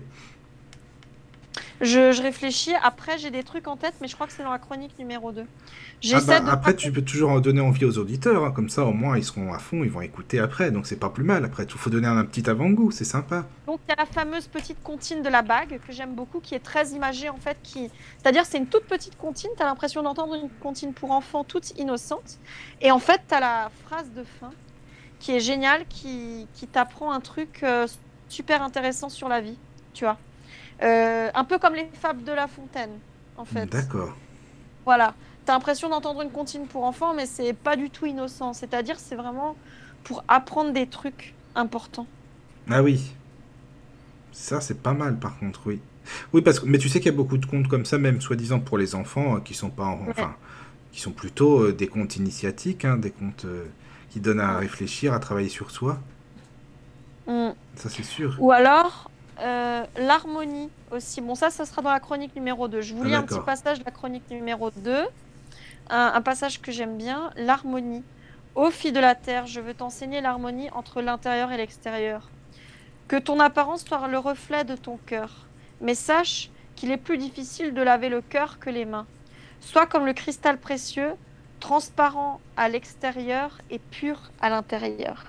C: Je, je réfléchis. Après, j'ai des trucs en tête, mais je crois que c'est dans la chronique numéro deux.
B: Ah
C: J'essaie
B: bah,
C: de
B: après,
C: pas...
B: tu peux toujours en donner envie aux auditeurs, hein. Comme ça, au moins, ils seront à fond, ils vont écouter après. Donc c'est pas plus mal. Après, il faut donner un, un petit avant-goût, c'est sympa.
C: Donc, il y a la fameuse petite comptine de la bague que j'aime beaucoup, qui est très imagée en fait. Qui... C'est-à-dire, c'est une toute petite comptine. Tu as l'impression d'entendre une comptine pour enfants toute innocente. Et en fait, tu as la phrase de fin qui est géniale, qui, qui t'apprend un truc euh, super intéressant sur la vie. Tu vois. Euh, un peu comme les fables de La Fontaine, en fait.
B: D'accord.
C: Voilà. Tu as l'impression d'entendre une comptine pour enfants, mais c'est pas du tout innocent. C'est-à-dire, c'est vraiment pour apprendre des trucs importants.
B: Ah oui. Ça, c'est pas mal, par contre, oui. Oui, parce que, mais tu sais qu'il y a beaucoup de contes comme ça, même soi-disant pour les enfants, euh, qui sont pas, en-
C: Ouais.
B: enfin, qui sont plutôt euh, des contes initiatiques, hein, des contes euh, qui donnent à
C: Ouais.
B: réfléchir, à travailler sur soi.
C: Mm.
B: Ça, c'est sûr.
C: Ou alors, euh, l'harmonie aussi. Bon, ça, ça sera dans la chronique numéro deux. Je vous
B: Ah,
C: lis un petit
B: d'accord.
C: passage de la chronique numéro deux. Un, un passage que j'aime bien. L'harmonie. Ô fille de la terre, je veux t'enseigner l'harmonie entre l'intérieur et l'extérieur. Que ton apparence soit le reflet de ton cœur. Mais sache qu'il est plus difficile de laver le cœur que les mains. Sois comme le cristal précieux, transparent à l'extérieur et pur à l'intérieur.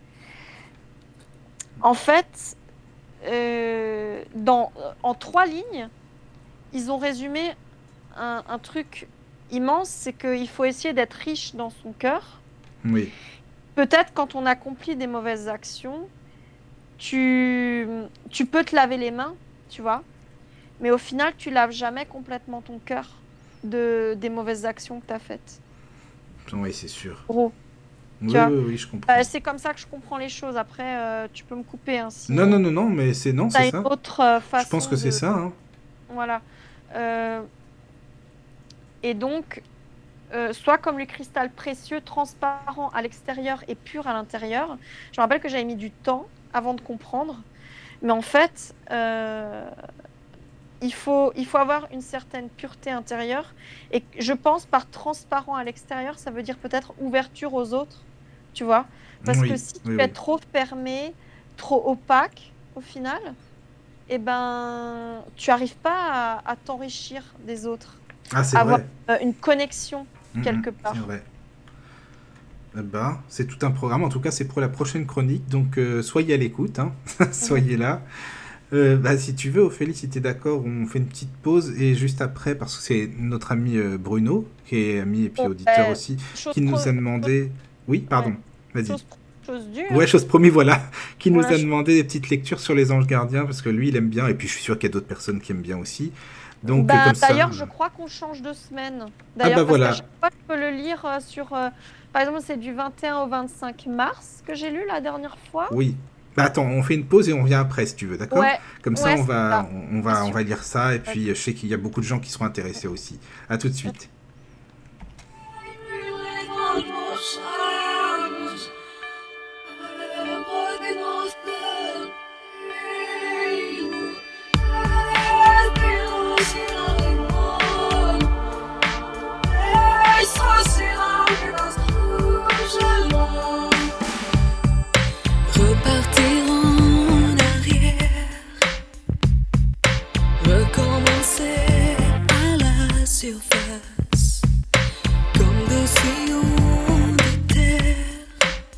C: En fait, euh, dans, en trois lignes, ils ont résumé un, un truc immense, c'est qu'il faut essayer d'être riche dans son cœur.
B: Oui.
C: Peut-être quand on accomplit des mauvaises actions, tu, tu peux te laver les mains, tu vois, mais au final, tu laves jamais complètement ton cœur de, des mauvaises actions que tu as faites.
B: Oui, c'est sûr.
C: Gros.
B: Oui,
C: Tu vois.
B: oui, oui, je comprends.
C: Euh, c'est comme ça que je comprends les choses. Après, euh, tu peux me couper hein, si
B: Non, non, non, non, mais c'est non,
C: tu as
B: c'est
C: une
B: ça.
C: autre euh, façon
B: Je pense que c'est
C: de...
B: ça, hein.
C: Voilà. Euh, Et donc, euh, soit comme le cristal précieux, transparent à l'extérieur et pur à l'intérieur. Je me rappelle que j'avais mis du temps avant de comprendre. Mais en fait, euh, il faut, il faut avoir une certaine pureté intérieure. Et je pense par transparent à l'extérieur, ça veut dire peut-être ouverture aux autres. Tu vois? Parce
B: Oui,
C: que si tu
B: oui,
C: es
B: oui.
C: trop fermé, trop opaque, au final, eh ben, tu n'arrives pas à, à t'enrichir des autres,
B: Ah, c'est
C: avoir
B: vrai.
C: euh, une connexion
B: Mm,
C: quelque
B: mm,
C: part.
B: c'est vrai. Eh ben, c'est tout un programme. En tout cas, c'est pour la prochaine chronique. Donc, euh, soyez à l'écoute, hein. Soyez là. Euh, bah, si tu veux, Ophélie, si tu es d'accord, on fait une petite pause. Et juste après, parce que c'est notre ami euh, Bruno, qui est ami et puis
C: Bon,
B: auditeur
C: ben,
B: aussi,
C: chose
B: qui nous
C: trop-
B: a demandé... Oui, pardon.
C: Ouais.
B: Vas-y.
C: Chose, chose dure.
B: Ouais, chose promis, voilà. Qui nous
C: Voilà,
B: a
C: je-
B: demandé des petites lectures sur les anges gardiens, parce que lui, il aime bien, et puis je suis sûr qu'il y a d'autres personnes qui aiment bien aussi. Donc, euh,
C: Bah,
B: comme ça...
C: d'ailleurs, je crois qu'on change de semaine.
B: Ah
C: D'ailleurs,
B: bah
C: parce qu'à
B: voilà.
C: chaque fois, je peux le lire euh, sur. euh, Par exemple, c'est du vingt et un au vingt-cinq mars que j'ai lu la dernière fois.
B: Oui. Bah attends, on fait une pause et on vient après, si tu veux, d'accord?
C: Ouais,
B: Comme ça,
C: ouais,
B: on
C: c'est
B: va,
C: ça.
B: on, on
C: Bien
B: va, on
C: sûr.
B: va lire ça, et puis euh, je sais qu'il y a beaucoup de gens qui seront intéressés aussi. À tout de suite.
D: Repartir en arrière, recommencer à la surface, comme des sillons de terre,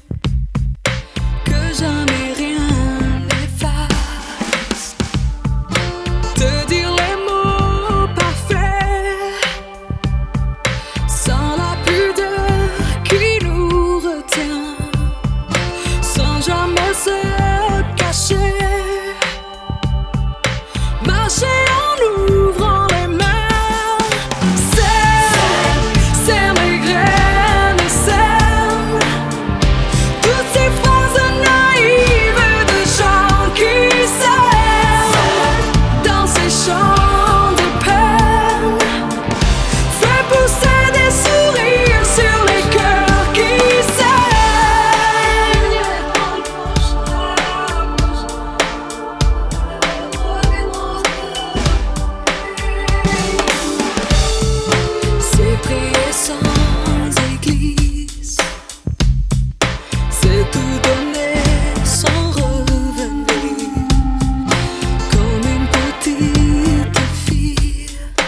D: que jamais rien n'efface. Te dire les mots parfaits, sans la pudeur qui nous retient, sans jamais se cacher, marcher en ouvrant les mains, sème, sème les graines, sème toutes ces phrases naïves de gens qui s'aiment dans ces champs de peine. Fais pousser des sourires sur les cœurs qui saignent. C'est prier sans église, c'est tout donner sans revenir, comme une petite fille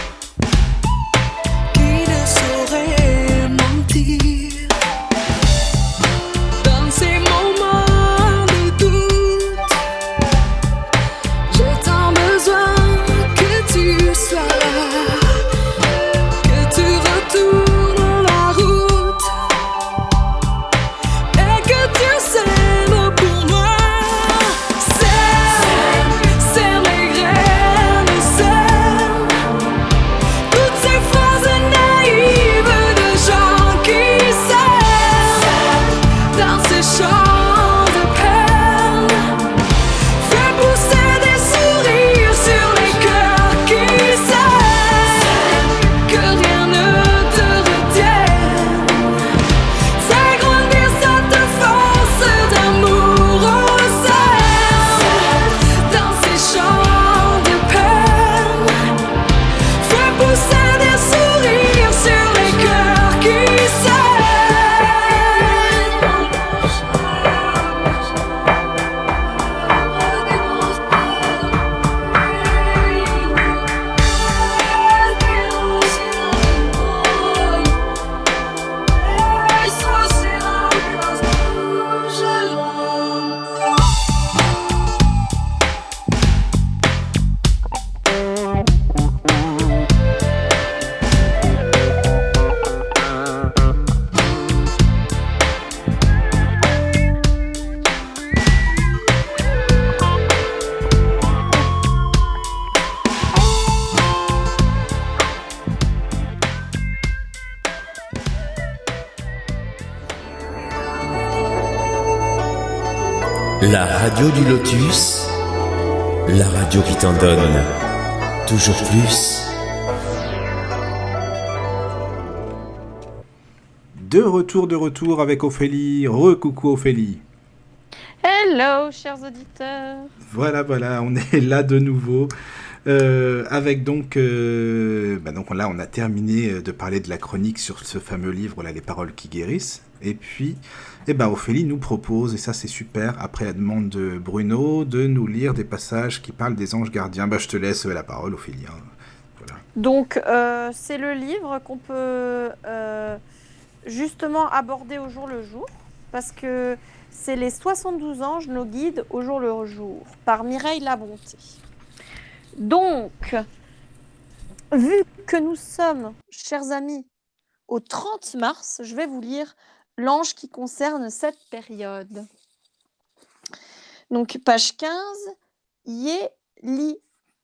D: qui ne saurait mentir. Dans ces moments de doute, j'ai tant besoin que tu sois là, que tu retournes la route et que tu sèmes pour moi. Sème, sème les graines, sème toutes ces phrases naïves de gens qui s'aiment dans ces champs de peine. Fais pousser des sourires sur les cœurs qui s'aiment, que rien ne te retienne. Fais grandir cette force d'amour au sein, dans ces champs de peine. Fais pousser des sourires sur les cœurs qui
A: La radio du Lotus, la radio qui t'en donne toujours plus.
B: De retour, de retour avec Ophélie. Re-coucou Ophélie.
C: Hello, chers auditeurs.
B: Voilà, voilà, on est là de nouveau. Euh, avec donc, euh, bah donc là, on a terminé de parler de la chronique sur ce fameux livre, là, Les paroles qui guérissent. Et puis, eh ben, Ophélie nous propose, et ça c'est super, après la demande de Bruno, de nous lire des passages qui parlent des anges gardiens. Bah, je te laisse la parole, Ophélie. Hein. Voilà.
C: Donc, euh, c'est le livre qu'on peut euh, justement aborder au jour le jour, parce que c'est les soixante-douze anges, nos guides au jour le jour, par Mireille Labonté. Donc, vu que nous sommes, chers amis, au trente mars, je vais vous lire l'ange qui concerne cette période. Donc, page quinze, Yeliel.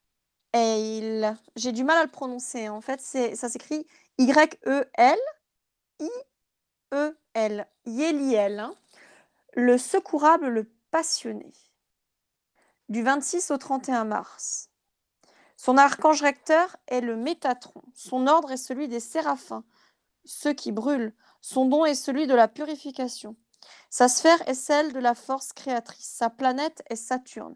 C: J'ai du mal à le prononcer. En fait, c'est, ça s'écrit Y E L I E L. Yeliel, hein. Le secourable, le passionné. Du vingt-six au trente et un mars. Son archange recteur est le Métatron. Son ordre est celui des séraphins, ceux qui brûlent. Son don est celui de la purification. Sa sphère est celle de la force créatrice. Sa planète est Saturne.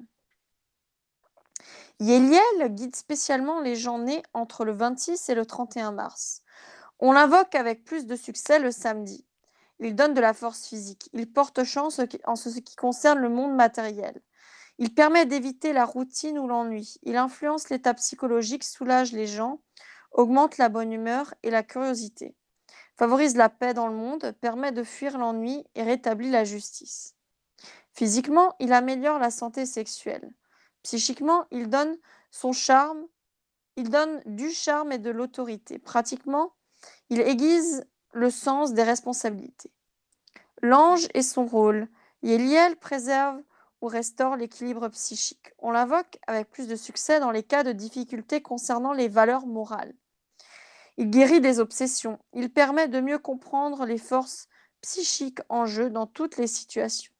C: Yeliel guide spécialement les gens nés entre le vingt-six et le trente et un mars. On l'invoque avec plus de succès le samedi. Il donne de la force physique. Il porte chance en ce qui concerne le monde matériel. Il permet d'éviter la routine ou l'ennui. Il influence l'état psychologique, soulage les gens, augmente la bonne humeur et la curiosité, favorise la paix dans le monde, permet de fuir l'ennui et rétablit la justice. Physiquement, il améliore la santé sexuelle. Psychiquement, il donne son charme, il donne du charme et de l'autorité. Pratiquement, il aiguise le sens des responsabilités. L'ange et son rôle. Yeliel préserve ou restaure l'équilibre psychique. On l'invoque avec plus de succès dans les cas de difficultés concernant les valeurs morales. Il guérit des obsessions. Il permet de mieux comprendre les forces psychiques en jeu dans toutes les situations.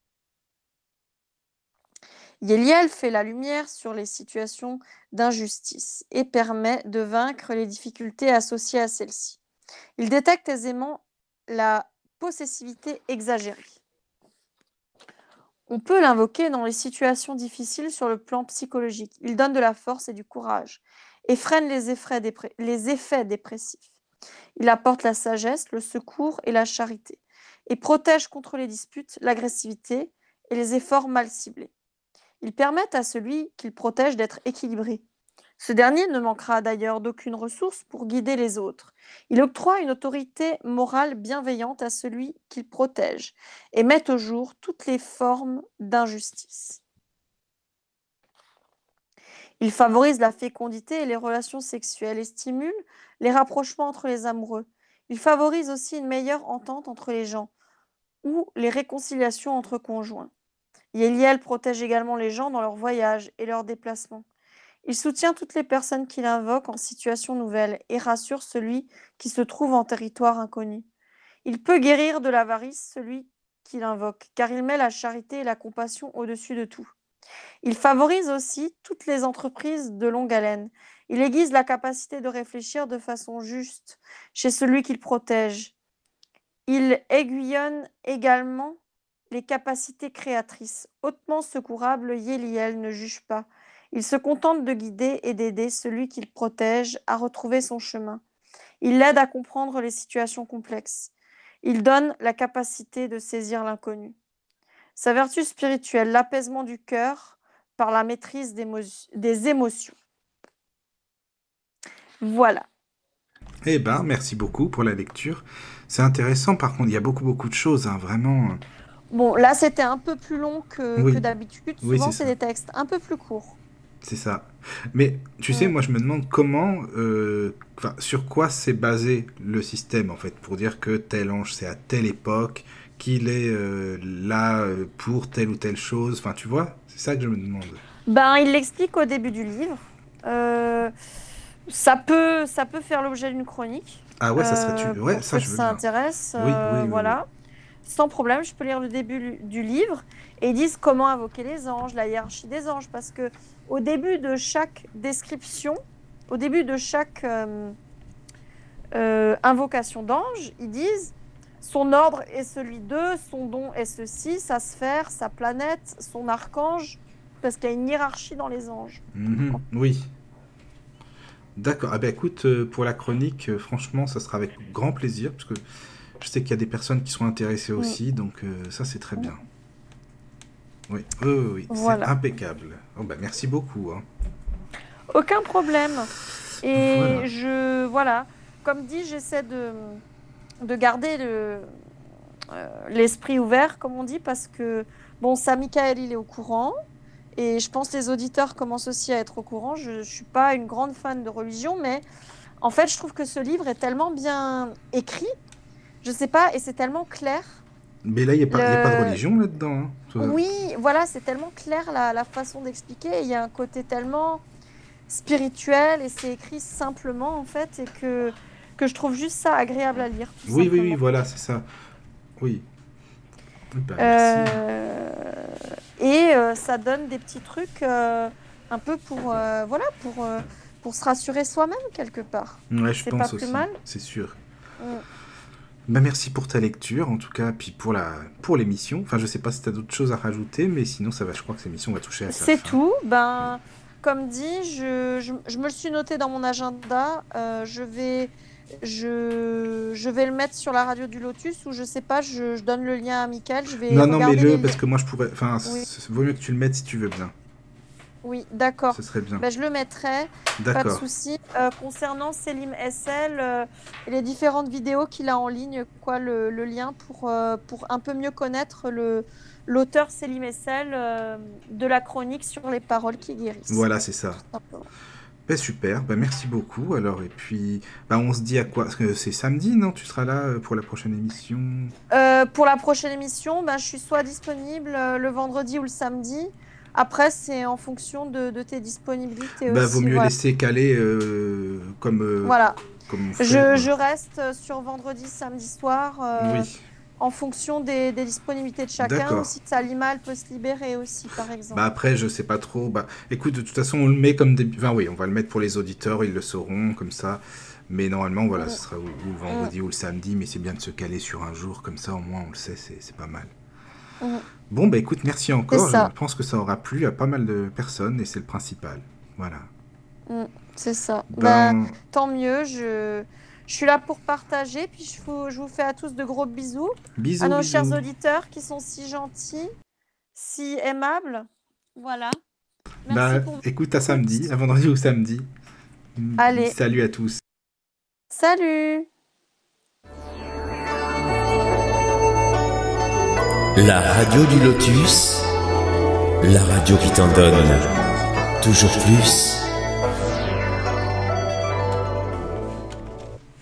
C: Yeliel fait la lumière sur les situations d'injustice et permet de vaincre les difficultés associées à celles-ci. Il détecte aisément la possessivité exagérée. On peut l'invoquer dans les situations difficiles sur le plan psychologique. Il donne de la force et du courage et freine les effets, dépr- les effets dépressifs. Il apporte la sagesse, le secours et la charité et protège contre les disputes, l'agressivité et les efforts mal ciblés. Ils permettent à celui qu'il protège d'être équilibré. Ce dernier ne manquera d'ailleurs d'aucune ressource pour guider les autres. Il octroie une autorité morale bienveillante à celui qu'il protège et met au jour toutes les formes d'injustice. Il favorise la fécondité et les relations sexuelles et stimule les rapprochements entre les amoureux. Il favorise aussi une meilleure entente entre les gens ou les réconciliations entre conjoints. Yeliel protège également les gens dans leurs voyages et leurs déplacements. Il soutient toutes les personnes qu'il invoque en situation nouvelle et rassure celui qui se trouve en territoire inconnu. Il peut guérir de l'avarice celui qu'il invoque, car il met la charité et la compassion au-dessus de tout. Il favorise aussi toutes les entreprises de longue haleine. Il aiguise la capacité de réfléchir de façon juste chez celui qu'il protège. Il aiguillonne également les capacités créatrices. Hautement secourable, Yeliel ne juge pas. Il se contente de guider et d'aider celui qu'il protège à retrouver son chemin. Il l'aide à comprendre les situations complexes. Il donne la capacité de saisir l'inconnu. Sa vertu spirituelle, l'apaisement du cœur par la maîtrise des, des émotions. Voilà.
B: Eh ben, merci beaucoup pour la lecture. C'est intéressant, par contre, il y a beaucoup, beaucoup de choses, hein, vraiment.
C: Bon, là, c'était un peu plus long que,
B: Oui.
C: que d'habitude.
B: Oui,
C: Souvent,
B: c'est
C: c'est
B: ça.
C: des textes un peu plus courts.
B: C'est ça. Mais tu sais,
C: Mm.
B: moi je me demande comment, euh, enfin, sur quoi s'est basé le système en fait, pour dire que tel ange c'est à telle époque, qu'il est euh, là euh, pour telle ou telle chose. Enfin, tu vois, c'est ça que je me demande.
C: Ben, il l'explique au début du livre. Euh, ça peut, ça peut faire l'objet d'une chronique.
B: Ah ouais, ça serait tu.
C: euh,
B: Ouais,
C: pour
B: ça
C: ceux
B: je
C: que
B: veux
C: ça
B: bien.
C: intéresse.
B: Oui,
C: euh,
B: oui, oui,
C: voilà. Sans problème, je peux lire le début du livre et ils disent comment invoquer les anges, la hiérarchie des anges, parce que au début de chaque description, au début de chaque euh, euh, invocation d'ange, ils disent son ordre est celui d'eux, son don est ceci, sa sphère, sa planète, son archange, parce qu'il y a une hiérarchie dans les anges.
B: Mhm, oui. D'accord. Ah ben écoute, euh, pour la chronique, euh, franchement, ça sera avec grand plaisir, parce que je sais qu'il y a des personnes qui sont intéressées aussi, donc euh, ça c'est très bien. Oui, oui, oui, oui,
C: Voilà.
B: c'est impeccable. Oh, ben, merci beaucoup. Hein.
C: Aucun problème. Et
B: Voilà.
C: je, voilà, comme dit, j'essaie de, de garder le, euh, l'esprit ouvert, comme on dit, parce que, bon, ça, Michael, il est au courant. Et je pense que les auditeurs commencent aussi à être au courant. Je ne suis pas une grande fan de religion, mais en fait, je trouve que ce livre est tellement bien écrit je sais pas, et c'est tellement clair.
B: Mais là, il n'y a, pas- il y a
C: Le-
B: pas de religion là-dedans. Hein. Toi-
C: Oui, voilà, c'est tellement clair la, la façon d'expliquer. Il y a un côté tellement spirituel et c'est écrit simplement en fait et que, que je trouve juste ça agréable à lire. tout
B: Oui, oui, oui,
C: simplement.
B: voilà, c'est ça. Oui. Bah, merci.
C: Euh, et euh, ça donne des petits trucs euh, un peu pour, euh, voilà, pour, euh, pour se rassurer soi-même quelque part.
B: Ouais, je
C: c'est
B: pense
C: pas plus
B: aussi.
C: mal.
B: C'est sûr.
C: Mm.
B: Bah, merci pour ta lecture, en tout cas, puis pour la pour l'émission. Enfin, je sais pas si tu as d'autres choses à rajouter, mais sinon, ça va. Je crois que cette émission va toucher à sa
C: C'est
B: fin.
C: tout. Ben, comme dit, je, je, je me le suis noté dans mon agenda. Euh, je vais, je, je vais le mettre sur la radio du Lotus ou je sais pas. Je, je donne le lien à Mickaël. Je vais
B: Non, non,
C: regarder
B: mets-le,
C: les
B: parce
C: liens.
B: que moi, je pourrais... Enfin,
C: Oui.
B: c- vaut mieux que tu le mettes si tu veux bien.
C: Oui, d'accord.
B: Ce serait bien.
C: Ben, je le mettrai. Pas de
B: D'accord.
C: souci. Euh, concernant Selim S L euh, et les différentes vidéos qu'il a en ligne, quoi, le, le lien pour, euh, pour un peu mieux connaître le l'auteur Selim S L euh, de la chronique sur les paroles qui guérissent.
B: Voilà, c'est ça.
C: Tout simplement.
B: Ben, super, ben, merci beaucoup. Alors, et puis, ben, on se dit à quoi? Parce que c'est samedi, non? Tu seras là euh, pour la prochaine émission?
C: Euh, pour la prochaine émission, ben, je suis soit disponible euh, le vendredi ou le samedi. Après, c'est en fonction de, de tes disponibilités
B: Ben,
C: aussi.
B: vaut mieux
C: voilà.
B: laisser caler euh, comme, euh,
C: Voilà.
B: comme on fait.
C: Je, je reste sur vendredi, samedi soir, euh,
B: Oui.
C: en fonction des, des disponibilités de chacun.
B: D'accord.
C: Ou si Salima, elle peut se libérer aussi, par exemple.
B: Bah après, je sais pas trop. Bah, écoute, de toute façon, on le met comme des... Enfin oui, on va le mettre pour les auditeurs, ils le sauront, comme ça. Mais normalement, voilà,
C: Mm.
B: ce sera ou, ou le vendredi ou le samedi, mais c'est bien de se caler sur un jour, comme ça, au moins, on le sait, c'est c'est pas mal.
C: Mm.
B: Bon, bah écoute, merci encore.
C: C'est ça.
B: Je pense que ça aura plu à pas mal de personnes, et c'est le principal. Voilà.
C: Mm, c'est ça. Ben,
B: Ben,
C: tant mieux. Je, je suis là pour partager. Puis je vous, je vous fais à tous de gros bisous.
B: bisous,
C: À nos
B: bisous.
C: chers auditeurs qui sont si gentils, si aimables. Voilà. Merci
B: Bah,
C: pour votre
B: écoute, à
C: écoute.
B: samedi, à vendredi ou samedi.
C: Allez.
B: Salut à tous.
C: Salut!
A: La radio du Lotus, la radio qui t'en donne toujours plus.